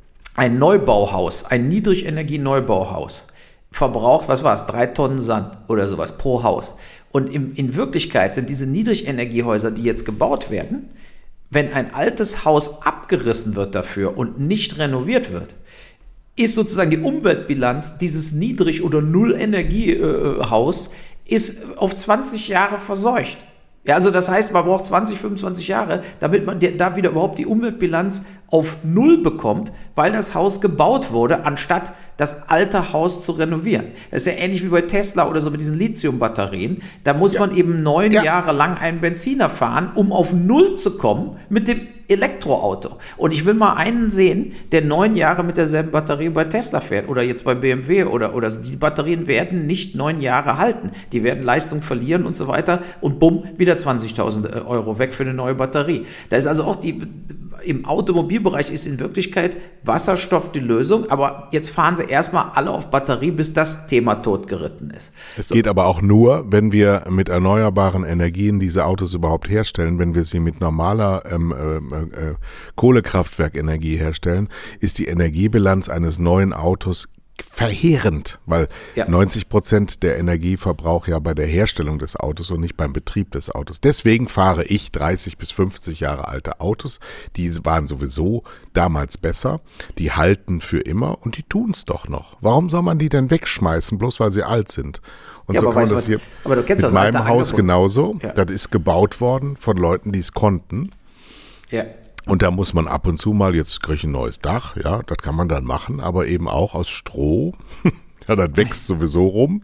ein Neubauhaus, ein Niedrigenergie-Neubauhaus verbraucht, was war es, drei Tonnen Sand oder sowas pro Haus. Und im, in Wirklichkeit sind diese Niedrigenergiehäuser, die jetzt gebaut werden, wenn ein altes Haus abgerissen wird dafür und nicht renoviert wird, ist sozusagen die Umweltbilanz dieses Niedrig- oder Null-Energie-Haus ist auf zwanzig Jahre verseucht. Ja, also das heißt, man braucht zwanzig, fünfundzwanzig Jahre, damit man da wieder überhaupt die Umweltbilanz auf Null bekommt, weil das Haus gebaut wurde, anstatt das alte Haus zu renovieren. Das ist ja ähnlich wie bei Tesla oder so mit diesen Lithium-Batterien. Da muss ja. man eben neun ja. Jahre lang einen Benziner fahren, um auf Null zu kommen mit dem Elektroauto. Und ich will mal einen sehen, der neun Jahre mit derselben Batterie bei Tesla fährt oder jetzt bei B M W oder, oder so. Die Batterien werden nicht neun Jahre halten. Die werden Leistung verlieren und so weiter und bumm, wieder zwanzigtausend Euro weg für eine neue Batterie. Da ist also auch die, im Automobilbereich ist in Wirklichkeit Wasserstoff die Lösung, aber jetzt fahren sie erstmal alle auf Batterie, bis das Thema totgeritten ist.
Es
so.
geht aber auch nur, wenn wir mit erneuerbaren Energien diese Autos überhaupt herstellen, wenn wir sie mit normaler ähm, äh, äh, Kohlekraftwerkenergie herstellen, ist die Energiebilanz eines neuen Autos verheerend, weil ja. neunzig Prozent der Energieverbrauch ja bei der Herstellung des Autos und nicht beim Betrieb des Autos. Deswegen fahre ich dreißig bis fünfzig Jahre alte Autos. Die waren sowieso damals besser. Die halten für immer und die tun es doch noch. Warum soll man die denn wegschmeißen, bloß weil sie alt sind? Und
ja,
so
aber
kann man
weißt
das hier
aber du kennst
mit
das
meinem
alte
Haus
Angebot.
genauso.
Ja.
Das ist gebaut worden von Leuten, die es konnten.
Ja.
Und da muss man ab und zu mal, jetzt kriege ich ein neues Dach, ja, das kann man dann machen, aber eben auch aus Stroh. Ja, das wächst sowieso rum.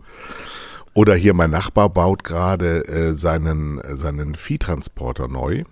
Oder hier mein Nachbar baut gerade äh, seinen, seinen Viehtransporter neu,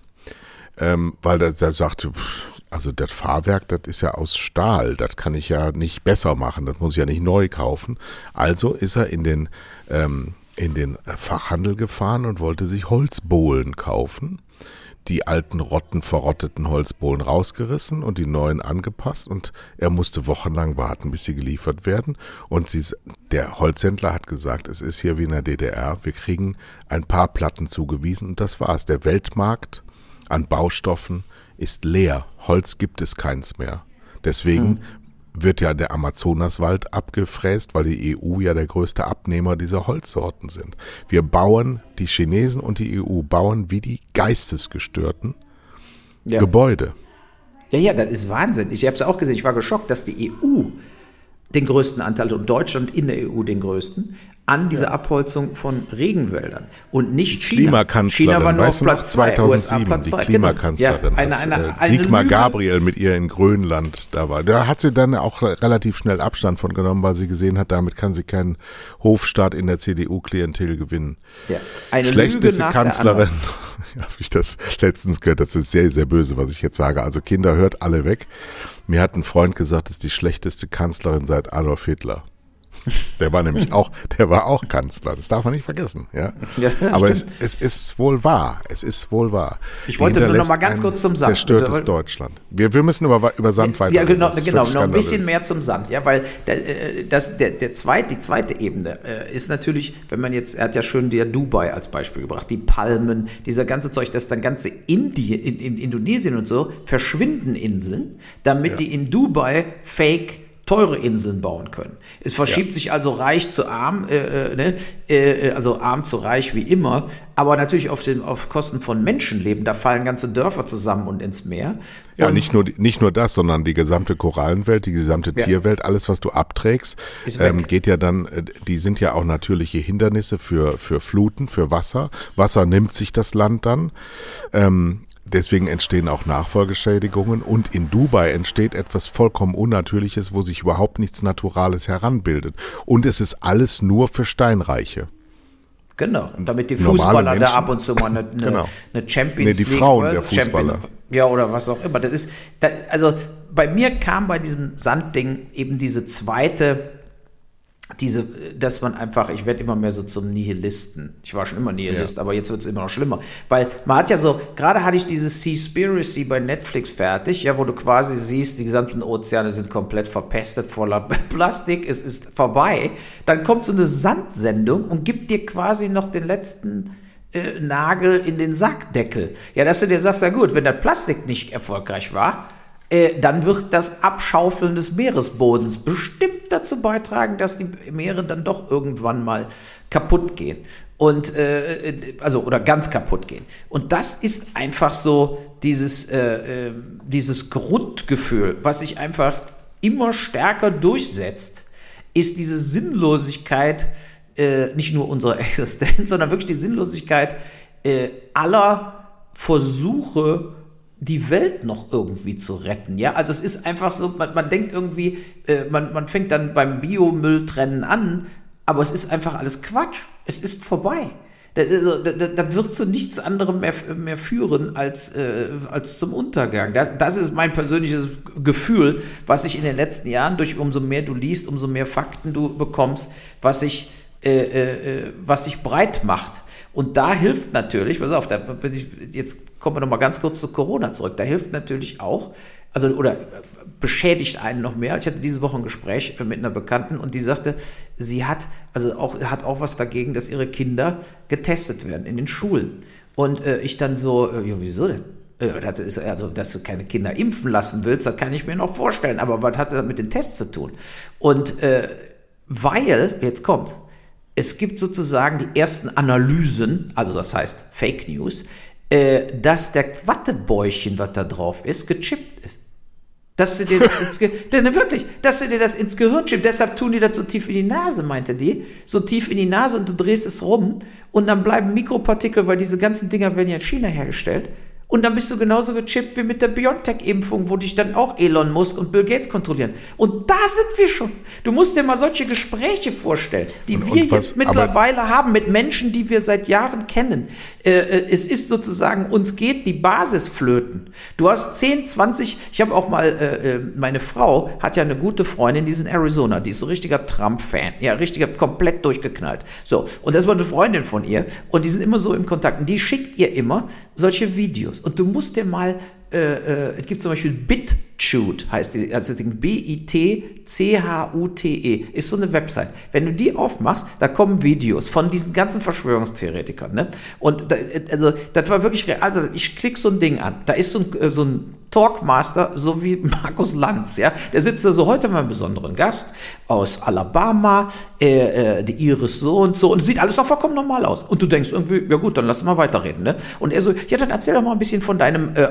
ähm, weil der, der sagte, also das Fahrwerk, das ist ja aus Stahl, das kann ich ja nicht besser machen, das muss ich ja nicht neu kaufen. Also ist er in den, ähm, in den Fachhandel gefahren und wollte sich Holzbohlen kaufen. Die alten, rotten, verrotteten Holzbohlen rausgerissen und die neuen angepasst und er musste wochenlang warten, bis sie geliefert werden. Und sie, der Holzhändler hat gesagt, es ist hier wie in der D D R, wir kriegen ein paar Platten zugewiesen und das war's. Der Weltmarkt an Baustoffen ist leer. Holz gibt es keins mehr. Deswegen hm. wird ja der Amazonaswald abgefräst, weil die E U ja der größte Abnehmer dieser Holzsorten sind. Wir bauen, die Chinesen und die E U bauen wie die Geistesgestörten ja. Gebäude.
Ja, ja, das ist Wahnsinn. Ich habe es auch gesehen, ich war geschockt, dass die E U den größten Anteil und Deutschland in der E U den größten an diese ja. Abholzung von Regenwäldern und nicht China.
Klimakanzlerin,
China war nur
weißt
auf Platz
du noch, zweitausendsieben,
zwei, U S A Platz
die
drei.
Klimakanzlerin,
genau. ja, eine, eine,
eine,
eine
Sigmar
Lüge.
Gabriel mit ihr in Grönland da war. Da hat sie dann auch relativ schnell Abstand von genommen, weil sie gesehen hat, damit kann sie keinen Hofstaat in der C D U-Klientel gewinnen.
Ja. Eine
Schlechteste
Lüge
Kanzlerin, habe ich das letztens gehört, das ist sehr, sehr böse, was ich jetzt sage. Also Kinder, hört alle weg. Mir hat ein Freund gesagt, das ist die schlechteste Kanzlerin seit Adolf Hitler. Der war nämlich auch, der war auch Kanzler. Das darf man nicht vergessen, ja. ja Aber es, es ist wohl wahr. Es ist wohl wahr.
Ich wollte nur noch mal ganz kurz zum Sand.
Zerstörtes
weil,
Deutschland. Wir, wir müssen über, über Sand weiter.
Ja, genau, genau noch ein bisschen mehr zum Sand, ja, weil der, das, der, der zweite, die zweite Ebene ist natürlich, wenn man jetzt, er hat ja schön der Dubai als Beispiel gebracht, die Palmen, dieser ganze Zeug, dass dann ganze Indien, in, in Indonesien und so verschwinden Inseln, damit ja. die in Dubai Fake teure Inseln bauen können. Es verschiebt ja. sich also reich zu arm, äh, ne? äh, also arm zu reich wie immer, aber natürlich auf, den, auf Kosten von Menschenleben. Da fallen ganze Dörfer zusammen und ins Meer.
Ja,
und
nicht nur, nicht nur das, sondern die gesamte Korallenwelt, die gesamte ja. Tierwelt, alles, was du abträgst, ähm, geht ja dann, die sind ja auch natürliche Hindernisse für, für Fluten, für Wasser. Wasser nimmt sich das Land dann. Ähm, Deswegen entstehen auch Nachfolgeschädigungen und in Dubai entsteht etwas vollkommen Unnatürliches, wo sich überhaupt nichts Naturales heranbildet. Und es ist alles nur für Steinreiche.
Genau, damit die Fußballer da ab und zu mal eine, eine, genau. eine Champions
nee, die
League
Frauen
World
der Fußballer.
Champion, ja, oder was auch immer. Das ist, das, also bei mir kam bei diesem Sandding eben diese zweite, diese, dass man einfach, ich werde immer mehr so zum Nihilisten. Ich war schon immer Nihilist, ja. aber jetzt wird es immer noch schlimmer. Weil man hat ja so, gerade hatte ich dieses Seaspiracy bei Netflix fertig, ja, wo du quasi siehst, die gesamten Ozeane sind komplett verpestet, voller Plastik, es ist vorbei. Dann kommt so eine Sandsendung und gibt dir quasi noch den letzten äh, Nagel in den Sackdeckel. Ja, dass du dir sagst, ja gut, wenn das Plastik nicht erfolgreich war, äh, dann wird das Abschaufeln des Meeresbodens bestimmt dazu beitragen, dass die Meere dann doch irgendwann mal kaputt gehen. Und äh, also oder ganz kaputt gehen. Und das ist einfach so dieses, äh, äh, dieses Grundgefühl, was sich einfach immer stärker durchsetzt, ist diese Sinnlosigkeit, äh, nicht nur unserer Existenz, sondern wirklich die Sinnlosigkeit äh, aller Versuche, die Welt noch irgendwie zu retten, ja, also es ist einfach so, man, man denkt irgendwie, äh, man, man fängt dann beim Biomülltrennen an, aber es ist einfach alles Quatsch, es ist vorbei. Das, also, das, das wird zu nichts anderem mehr, mehr führen als, äh, als zum Untergang. Das, das ist mein persönliches Gefühl, was sich in den letzten Jahren, durch umso mehr du liest, umso mehr Fakten du bekommst, was sich, äh, äh, was sich breit macht. Und da hilft natürlich, pass auf, da bin ich, jetzt kommen wir noch mal ganz kurz zu Corona zurück, da hilft natürlich auch, also oder beschädigt einen noch mehr. Ich hatte diese Woche ein Gespräch mit einer Bekannten und die sagte, sie hat also auch hat auch was dagegen, dass ihre Kinder getestet werden in den Schulen. Und äh, ich dann so, äh, ja, wieso denn? Das ist also, dass du keine Kinder impfen lassen willst, das kann ich mir noch vorstellen. Aber was hat das mit den Tests zu tun? Und äh, weil, jetzt kommt, es gibt sozusagen die ersten Analysen, also das heißt Fake News, äh, dass der Wattebäuchchen, was da drauf ist, gechippt ist. Dass du dir das ins Ge- denn wirklich, dass du dir das ins Gehirn chippt. Deshalb tun die das so tief in die Nase, meinte die. So tief in die Nase und du drehst es rum und dann bleiben Mikropartikel, weil diese ganzen Dinger werden ja in China hergestellt. Und dann bist du genauso gechippt wie mit der BioNTech-Impfung, wo dich dann auch Elon Musk und Bill Gates kontrollieren. Und da sind wir schon. Du musst dir mal solche Gespräche vorstellen, die und, wir und was, jetzt mittlerweile haben mit Menschen, die wir seit Jahren kennen. Äh, es ist sozusagen, uns geht die Basis flöten. Du hast zehn, zwanzig, ich habe auch mal, äh, meine Frau hat ja eine gute Freundin, die ist in Arizona, die ist so richtiger Trump-Fan, ja, richtiger, komplett durchgeknallt. So, und das war eine Freundin von ihr und die sind immer so im Kontakt und die schickt ihr immer solche Videos. Und du musst dir mal, äh, äh, es gibt zum Beispiel BitChute, heißt die, also B I T C H U T E, ist so eine Website. Wenn du die aufmachst, da kommen Videos von diesen ganzen Verschwörungstheoretikern, ne? Und da, also, das war wirklich real. Also, ich klicke so ein Ding an. Da ist so ein, so ein Talkmaster, so wie Markus Lanz, ja. Der sitzt da so, heute mal einen besonderen Gast aus Alabama, äh, äh, die Iris so und so, und sieht alles noch vollkommen normal aus. Und du denkst irgendwie, ja gut, dann lass mal weiterreden, ne? Und er so, ja, dann erzähl doch mal ein bisschen von deinem äh, Upbringing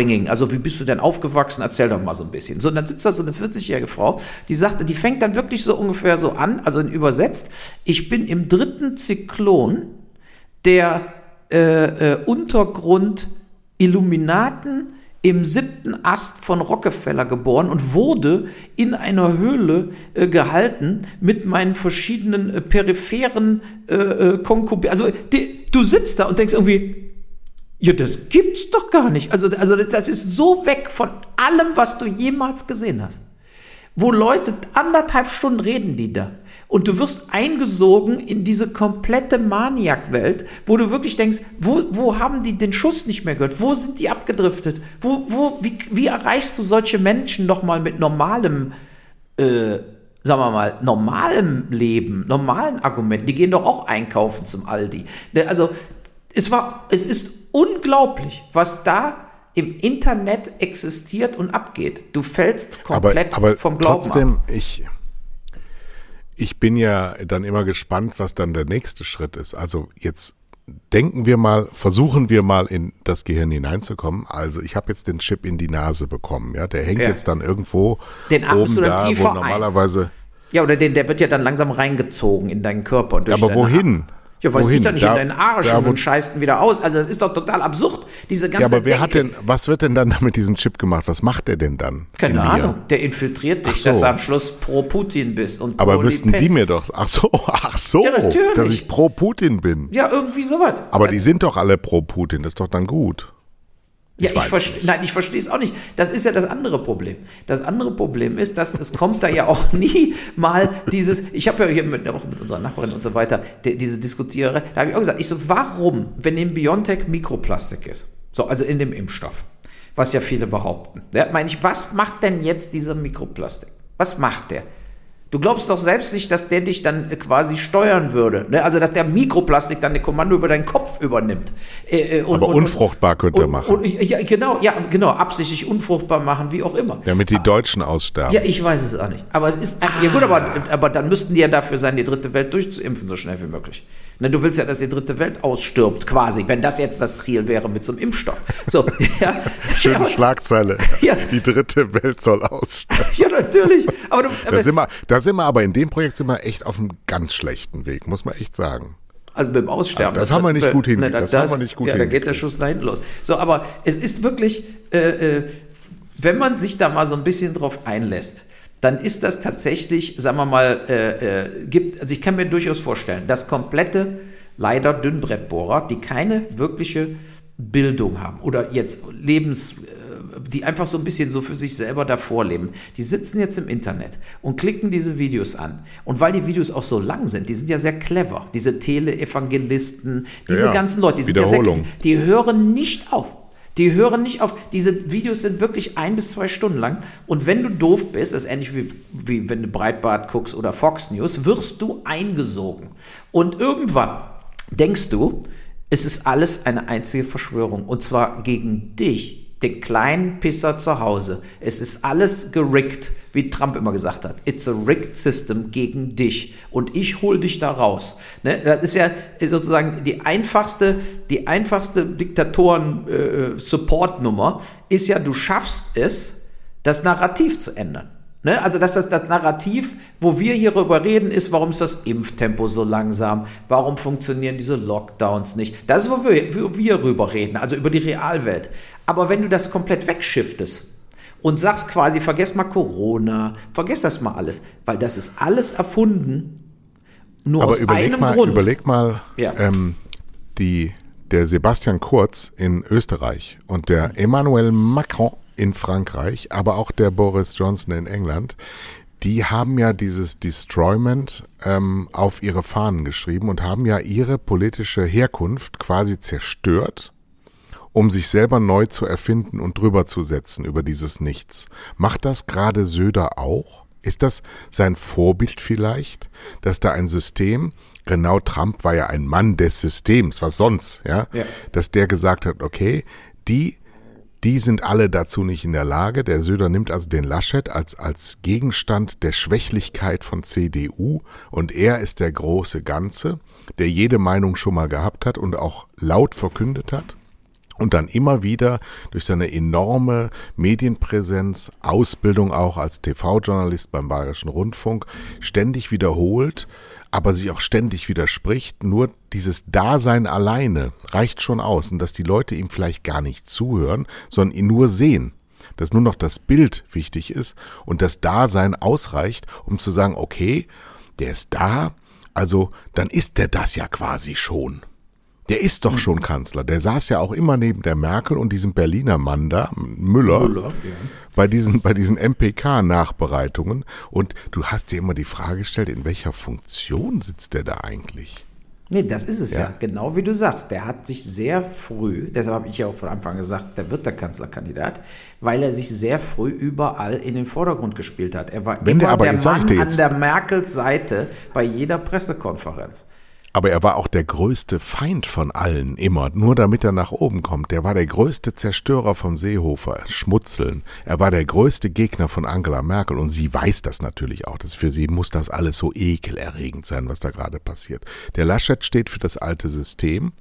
upbringing, also wie bist du denn aufgewachsen, erzähl doch mal so ein bisschen. So, und dann sitzt da so eine vierzigjährige Frau, die sagte, die fängt dann wirklich so ungefähr so an, also übersetzt, ich bin im dritten Zyklon der äh, äh, Untergrund Illuminaten im siebten Ast von Rockefeller geboren und wurde in einer Höhle äh, gehalten mit meinen verschiedenen äh, peripheren äh, äh, Konkubinen. Also die, du sitzt da und denkst irgendwie, ja, das gibt's doch gar nicht. Also, also das ist so weg von allem, was du jemals gesehen hast. Wo Leute, anderthalb Stunden reden die da. Und du wirst eingesogen in diese komplette Maniac-Welt, wo du wirklich denkst, wo, wo haben die den Schuss nicht mehr gehört? Wo sind die abgedriftet? Wo, wo, wie, wie erreichst du solche Menschen noch mal mit normalem, äh, sagen wir mal, normalem Leben, normalen Argumenten? Die gehen doch auch einkaufen zum Aldi. Also, es war, es ist unglaublich, was da im Internet existiert und abgeht. Du fällst komplett
aber, aber
vom Glauben
trotzdem,
ab.
Ich, ich bin ja dann immer gespannt, was dann der nächste Schritt ist. Also jetzt denken wir mal, versuchen wir mal in das Gehirn hineinzukommen. Also ich habe jetzt den Chip in die Nase bekommen. Ja, der hängt ja. jetzt dann irgendwo
den
oben
oder
da,
tiefer
wo normalerweise...
Ein. Ja, oder den, der wird ja dann langsam reingezogen in deinen Körper. Durch
aber wohin?
Ar- Ja, weiß
Wohin?
ich doch nicht,
da,
in deinen Arsch
da,
und dann scheißt ihn wieder aus. Also das ist doch total absurd, diese ganze
Ja, aber wer
Denke.
hat denn, was wird denn dann mit diesem Chip gemacht? Was macht der denn dann?
Keine Ahnung, der infiltriert dich,
so.
dass du am Schluss pro Putin bist. Und pro
aber müssten
Le Pen.
die mir doch, ach so, ach so,
Ja, natürlich.
dass ich pro Putin bin.
Ja, irgendwie sowas.
Aber
das
die sind doch alle pro Putin, das ist doch dann gut.
Ja,
ich
ich verstehe, nein, ich verstehe es auch nicht. Das ist ja das andere Problem. Das andere Problem ist, dass es kommt da ja auch nie mal dieses, ich habe ja hier mit, auch mit unserer Nachbarin und so weiter, die, diese Diskutiererei, da habe ich auch gesagt, ich so, warum, wenn in BioNTech Mikroplastik ist, so, also in dem Impfstoff, was ja viele behaupten, ja, meine ich, was macht denn jetzt dieser Mikroplastik? Was macht der? Du glaubst doch selbst nicht, dass der dich dann quasi steuern würde. Ne? Also, dass der Mikroplastik dann ein Kommando über deinen Kopf übernimmt. Äh, und,
Aber
und,
unfruchtbar könnte er machen.
Und, ja, genau, ja, genau, absichtlich unfruchtbar machen, wie auch immer.
Damit die Deutschen aussterben.
Ja, ich weiß es auch nicht. Aber es ist, ja gut, aber, aber dann müssten die ja dafür sein, die dritte Welt durchzuimpfen, so schnell wie möglich. Ne, du willst ja, dass die dritte Welt ausstirbt, quasi, wenn das jetzt das Ziel wäre mit so einem Impfstoff. So, ja.
Schöne
ja,
Schlagzeile.
Ja.
Die dritte Welt soll aussterben.
Ja, natürlich. Aber du, aber,
da, sind wir, da sind wir aber in dem Projekt sind wir echt auf einem ganz schlechten Weg, muss man echt sagen.
Also beim Aussterben.
Also das haben wir nicht gut hingekriegt.
Ne,
das,
das
haben wir nicht gut
ja, da geht der Schuss da hinten los. So, aber es ist wirklich, äh, äh, wenn man sich da mal so ein bisschen drauf einlässt, dann ist das tatsächlich, sagen wir mal, äh, äh, gibt, also ich kann mir durchaus vorstellen, dass komplette, leider Dünnbrettbohrer, die keine wirkliche Bildung haben oder jetzt Lebens, die einfach so ein bisschen so für sich selber davor leben, die sitzen jetzt im Internet und klicken diese Videos an. Und weil die Videos auch so lang sind, die sind ja sehr clever, diese Tele-Evangelisten, diese
ja,
ganzen Leute, die sind ja sehr, die hören nicht auf. Die hören nicht auf. Diese Videos sind wirklich ein bis zwei Stunden lang. Und wenn du doof bist, das ist ähnlich wie, wie wenn du Breitbart guckst oder Fox News, wirst du eingesogen. Und irgendwann denkst du, es ist alles eine einzige Verschwörung. Und zwar gegen dich, den kleinen Pisser zu Hause. Es ist alles gerickt, wie Trump immer gesagt hat. It's a rigged system gegen dich. Und ich hol dich da raus. Ne? Das ist ja sozusagen die einfachste, die einfachste Diktatoren-Support-Nummer ist ja, du schaffst es, das Narrativ zu ändern. Ne? Also dass das, das Narrativ, wo wir hier drüber reden, ist, warum ist das Impftempo so langsam, warum funktionieren diese Lockdowns nicht. Das ist, wo wir, wo wir rüber reden, also über die Realwelt. Aber wenn du das komplett wegschiftest und sagst quasi, vergesst mal Corona, vergesst das mal alles, weil das ist alles erfunden, nur
Aber
aus
überleg
einem
mal,
Grund.
Überleg mal,
ja.
ähm, die, der Sebastian Kurz in Österreich und der Emmanuel Macron in Frankreich, aber auch der Boris Johnson in England, die haben ja dieses Destroyment ähm, auf ihre Fahnen geschrieben und haben ja ihre politische Herkunft quasi zerstört, um sich selber neu zu erfinden und drüber zu setzen über dieses Nichts. Macht das gerade Söder auch? Ist das sein Vorbild vielleicht, dass da ein System, genau Trump war ja ein Mann des Systems, was sonst, ja,
ja.
dass der gesagt hat, okay, die Die sind alle dazu nicht in der Lage. Der Söder nimmt also den Laschet als, als Gegenstand der Schwächlichkeit von C D U und er ist der große Ganze, der jede Meinung schon mal gehabt hat und auch laut verkündet hat. Und dann immer wieder durch seine enorme Medienpräsenz, Ausbildung auch als T V-Journalist beim Bayerischen Rundfunk, ständig wiederholt, aber sich auch ständig widerspricht. Nur dieses Dasein alleine reicht schon aus. Und dass die Leute ihm vielleicht gar nicht zuhören, sondern ihn nur sehen. Dass nur noch das Bild wichtig ist und das Dasein ausreicht, um zu sagen, okay, der ist da, also dann ist der das ja quasi schon. Der ist doch schon Kanzler. Der saß ja auch immer neben der Merkel und diesem Berliner Mann da, Müller, Müller ja. bei diesen, bei diesen M P K-Nachbereitungen. Und du hast dir immer die Frage gestellt, in welcher Funktion sitzt der da eigentlich?
Nee, das ist es ja.
Ja,
genau wie du sagst. Der hat sich sehr früh, deshalb habe ich ja auch von Anfang gesagt, der wird der Kanzlerkandidat, weil er sich sehr früh überall in den Vordergrund gespielt hat. Er war
Wenn
immer
der, aber
der
jetzt sag ich
Mann
dir
an
jetzt,
der Merkels Seite bei jeder Pressekonferenz.
aber er war auch der größte Feind von allen, immer, nur damit er nach oben kommt. Der war der größte Zerstörer vom Seehofer, Schmutzeln. Er war der größte Gegner von Angela Merkel und sie weiß das natürlich auch. Das für sie muss das alles so ekelerregend sein, was da gerade passiert. Der Laschet steht für das alte System.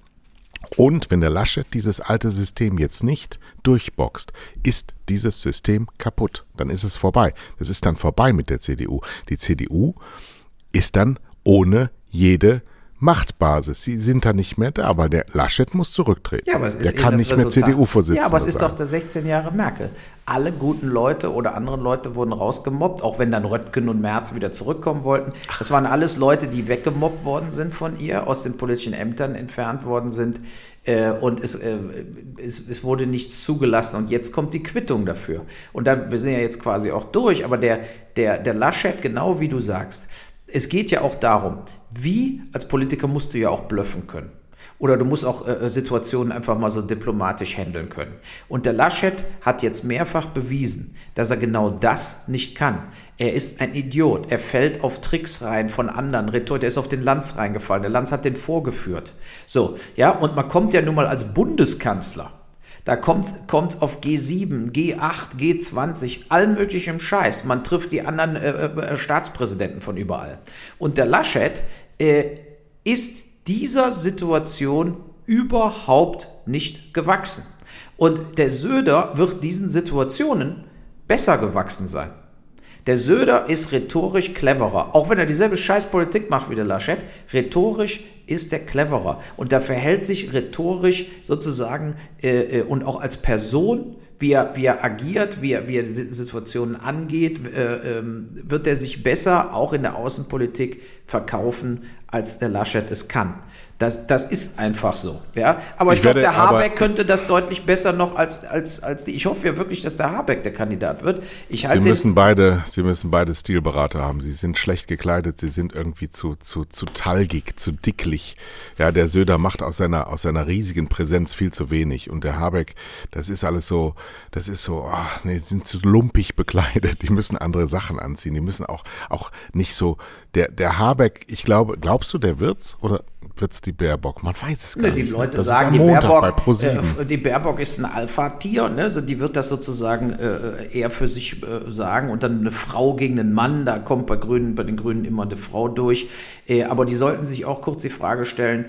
Und wenn der Laschet dieses alte System jetzt nicht durchboxt, ist dieses System kaputt. Dann ist es vorbei. Das ist dann vorbei mit der C D U. Die C D U ist dann ohne jede Machtbasis. Sie sind da nicht mehr da, weil der Laschet muss zurücktreten.
Ja, aber es ist
der kann nicht mehr C D U-Vorsitzender sein.
Ja, aber es ist doch der sechzehn Jahre Merkel. Alle guten Leute oder anderen Leute wurden rausgemobbt, auch wenn dann Röttgen und Merz wieder zurückkommen wollten. Das waren alles Leute, die weggemobbt worden sind von ihr, aus den politischen Ämtern entfernt worden sind. Äh, und es, äh, es, es wurde nichts zugelassen. Und jetzt kommt die Quittung dafür. Und da, wir sind ja jetzt quasi auch durch, aber der, der, der Laschet, genau wie du sagst, es geht ja auch darum, wie als Politiker musst du ja auch bluffen können. Oder du musst auch äh, Situationen einfach mal so diplomatisch handeln können. Und der Laschet hat jetzt mehrfach bewiesen, dass er genau das nicht kann. Er ist ein Idiot. Er fällt auf Tricks rein von anderen. Der ist auf den Lanz reingefallen. Der Lanz hat den vorgeführt. So, ja, und man kommt ja nun mal als Bundeskanzler. Da kommt es auf G sieben, G acht, G zwanzig, allen möglichen Scheiß. Man trifft die anderen äh, äh, Staatspräsidenten von überall. Und der Laschet äh, ist dieser Situation überhaupt nicht gewachsen. Und der Söder wird diesen Situationen besser gewachsen sein. Der Söder ist rhetorisch cleverer, auch wenn er dieselbe Scheißpolitik macht wie der Laschet. Rhetorisch ist er cleverer und da verhält sich rhetorisch sozusagen äh, und auch als Person, wie er, wie er agiert, wie er, wie er Situationen angeht, äh, äh, wird er sich besser auch in der Außenpolitik verkaufen, als der Laschet es kann. Das, das ist einfach so. Ja? Aber ich, ich glaube, der Habeck könnte das deutlich besser noch als, als, als die. Ich hoffe ja wirklich, dass der Habeck der Kandidat wird. Ich
Sie, müssen beide, Sie müssen beide Stilberater haben. Sie sind schlecht gekleidet, sie sind irgendwie zu, zu, zu talgig, zu dicklich. Ja, der Söder macht aus seiner, aus seiner riesigen Präsenz viel zu wenig. Und der Habeck, das ist alles so, das ist so, ach, nee, sind zu lumpig bekleidet. Die müssen andere Sachen anziehen. Die müssen auch, auch nicht so, der, der Habeck, ich glaube, glaubst du, der wird's oder wird's die Baerbock? Man weiß es gar
ne, die
nicht.
Leute
das
sagen,
ist am
die,
Montag
Baerbock,
bei ProSieben.
äh, die Baerbock ist ein Alpha-Tier, ne? Also die wird das sozusagen äh, eher für sich äh, sagen und dann eine Frau gegen einen Mann, da kommt bei Grünen, bei den Grünen immer eine Frau durch. Äh, aber die sollten sich auch kurz die Frage stellen,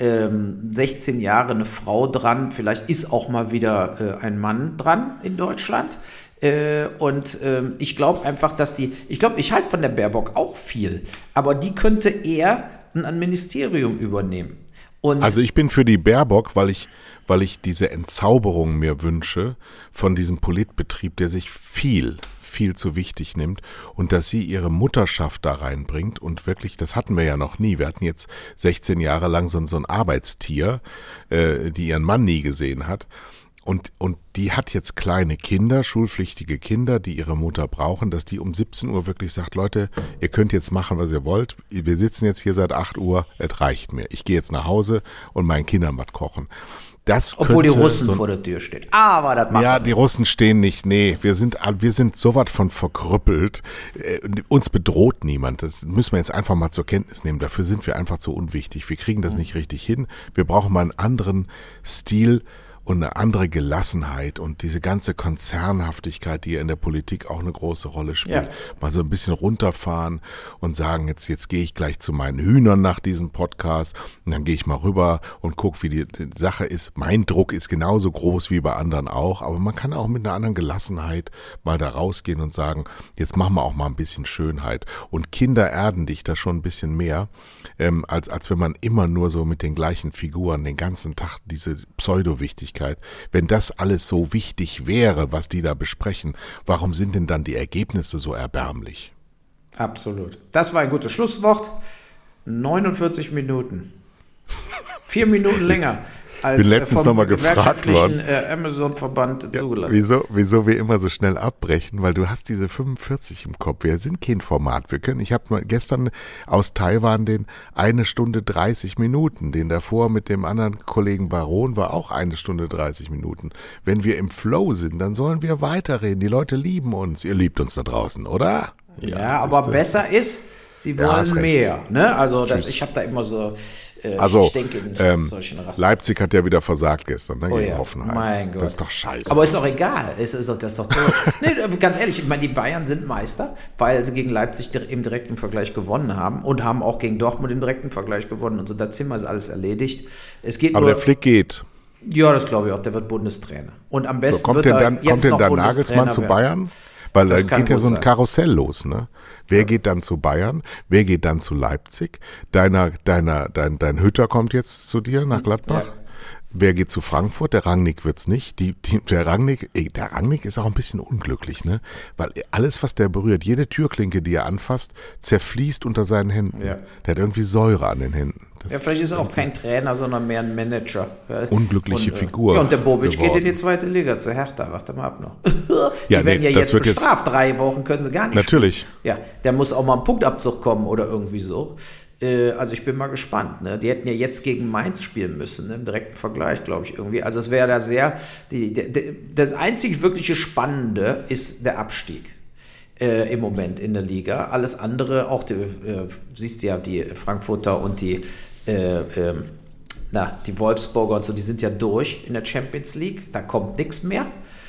ähm, sechzehn Jahre eine Frau dran, vielleicht ist auch mal wieder äh, ein Mann dran in Deutschland. Äh, und ähm, ich glaube einfach, dass die, ich glaube, ich halte von der Baerbock auch viel, aber die könnte eher ein Ministerium übernehmen. Und
also ich bin für die Baerbock, weil ich, weil ich diese Entzauberung mir wünsche von diesem Politbetrieb, der sich viel, viel zu wichtig nimmt und dass sie ihre Mutterschaft da reinbringt und wirklich, das hatten wir ja noch nie. Wir hatten jetzt sechzehn Jahre lang so, so ein Arbeitstier, äh, die ihren Mann nie gesehen hat. Und, und die hat jetzt kleine Kinder, schulpflichtige Kinder, die ihre Mutter brauchen, dass die um siebzehn Uhr wirklich sagt, Leute, ihr könnt jetzt machen, was ihr wollt. Wir sitzen jetzt hier seit acht Uhr, es reicht mir. Ich gehe jetzt nach Hause und meinen Kindern was kochen. Das
Obwohl die Russen
so,
vor der Tür stehen. Aber das macht
Ja, die Russen stehen nicht. Nee, wir sind, wir sind so was von verkrüppelt. Uns bedroht niemand. Das müssen wir jetzt einfach mal zur Kenntnis nehmen. Dafür sind wir einfach zu unwichtig. Wir kriegen das nicht richtig hin. Wir brauchen mal einen anderen Stil und eine andere Gelassenheit und diese ganze Konzernhaftigkeit, die ja in der Politik auch eine große Rolle spielt, ja. mal so ein bisschen runterfahren und sagen, jetzt, jetzt gehe ich gleich zu meinen Hühnern nach diesem Podcast und dann gehe ich mal rüber und gucke, wie die, die Sache ist. Mein Druck ist genauso groß wie bei anderen auch, aber man kann auch mit einer anderen Gelassenheit mal da rausgehen und sagen, jetzt machen wir auch mal ein bisschen Schönheit. Und Kinder erden dich da schon ein bisschen mehr, ähm, als, als wenn man immer nur so mit den gleichen Figuren den ganzen Tag diese Pseudo-Wichtigkeit. Wenn das alles so wichtig wäre, was die da besprechen, warum sind denn dann die Ergebnisse so erbärmlich?
Absolut. Das war ein gutes Schlusswort. neunundvierzig Minuten. Vier Minuten länger. Als
bin letztens nochmal gefragt worden.
Äh, Amazon-Verband äh,
ja,
zugelassen.
Wieso, wieso wir immer so schnell abbrechen? Weil du hast diese fünfundvierzig im Kopf. Wir sind kein Format. Wir können, ich habe gestern aus Taiwan den eine Stunde dreißig Minuten. Den davor mit dem anderen Kollegen Baron war auch eine Stunde dreißig Minuten. Wenn wir im Flow sind, dann sollen wir weiterreden. Die Leute lieben uns. Ihr liebt uns da draußen, oder?
Ja, ja aber besser ist, sie wollen ja, mehr. Ne? Also das, ich habe da immer so...
Also,
ich denke in
ähm, Leipzig hat ja wieder versagt gestern, ne,
oh
gegen
ja,
Hoffenheim.
Mein Gott.
Das ist doch scheiße.
Aber ist doch egal. Ist, ist doch, das ist doch toll. Nee, ganz ehrlich, ich meine, die Bayern sind Meister, weil sie gegen Leipzig im direkten Vergleich gewonnen haben und haben auch gegen Dortmund im direkten Vergleich gewonnen. Und so, da Zimmer ist alles erledigt. Es geht
Aber
nur,
der Flick geht.
Ja, das glaube ich auch. Der wird Bundestrainer. Und am besten
so, kommt
wird
denn
er
dann,
jetzt
kommt denn
noch
dann Nagelsmann zu Bayern? Weil da geht ja so ein sein. Karussell los, ne? Wer ja. geht dann zu Bayern? Wer geht dann zu Leipzig? Deiner, deiner, dein, dein Hütter kommt jetzt zu dir nach Gladbach. Ja. Wer geht zu Frankfurt? Der Rangnick wird's nicht. Die, die, der Rangnick, der Rangnick ist auch ein bisschen unglücklich, ne? Weil alles, was der berührt, jede Türklinke, die er anfasst, zerfließt unter seinen Händen. Ja. Der hat irgendwie Säure an den Händen. Das
ja, vielleicht ist er auch kein Trainer, sondern mehr ein Manager.
Unglückliche
und,
Figur.
Ja, und der Bobic
geworden.
geht in die zweite Liga, zu Hertha. Warte mal ab noch.
ja,
die werden
nee,
ja jetzt
wird
bestraft.
Jetzt
Drei Wochen können sie gar nicht
Natürlich.
spielen. Ja, der muss auch mal ein Punktabzug kommen oder irgendwie so. Also ich bin mal gespannt. Ne? Die hätten ja jetzt gegen Mainz spielen müssen, ne? Im direkten Vergleich, glaube ich, irgendwie. Also es wäre da sehr... Die, die, das einzig wirkliche Spannende ist der Abstieg. Äh, im Moment in der Liga. Alles andere, auch die, äh, siehst du ja, die Frankfurter und die Äh, ähm, na, die Wolfsburger und so, die sind ja durch in der Champions League, da kommt nichts mehr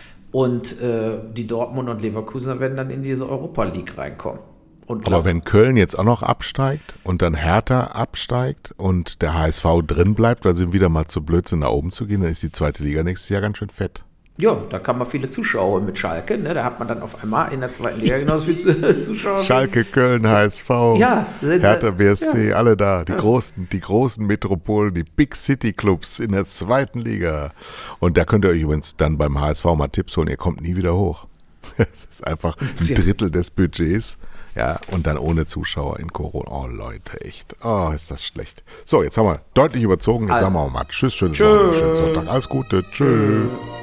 und äh, die Dortmund und Leverkusen werden dann in diese Europa League reinkommen. Und
aber wenn Köln jetzt auch noch absteigt und dann Hertha absteigt und der H S V drin bleibt, weil sie wieder mal zu blöd sind, nach oben zu gehen, dann ist die zweite Liga nächstes Jahr ganz schön fett.
Ja, da kann man viele Zuschauer mit Schalke, ne? Da hat man dann auf einmal in der zweiten Liga genauso viele Zuschauer.
Schalke, Köln, H S V,
ja,
Hertha B S C,
ja.
alle da, die
ja. großen,
die großen Metropolen, die Big City Clubs in der zweiten Liga. Und da könnt ihr euch übrigens dann beim H S V mal Tipps holen, ihr kommt nie wieder hoch. Es ist einfach ein Drittel des Budgets. Ja, und dann ohne Zuschauer in Corona. Oh, Leute, echt. Oh, ist das schlecht. So, jetzt haben wir deutlich überzogen. Jetzt
also.
sagen wir mal Tschüss, schönes Wochenende, schönen Sonntag. Alles Gute. Tschüss.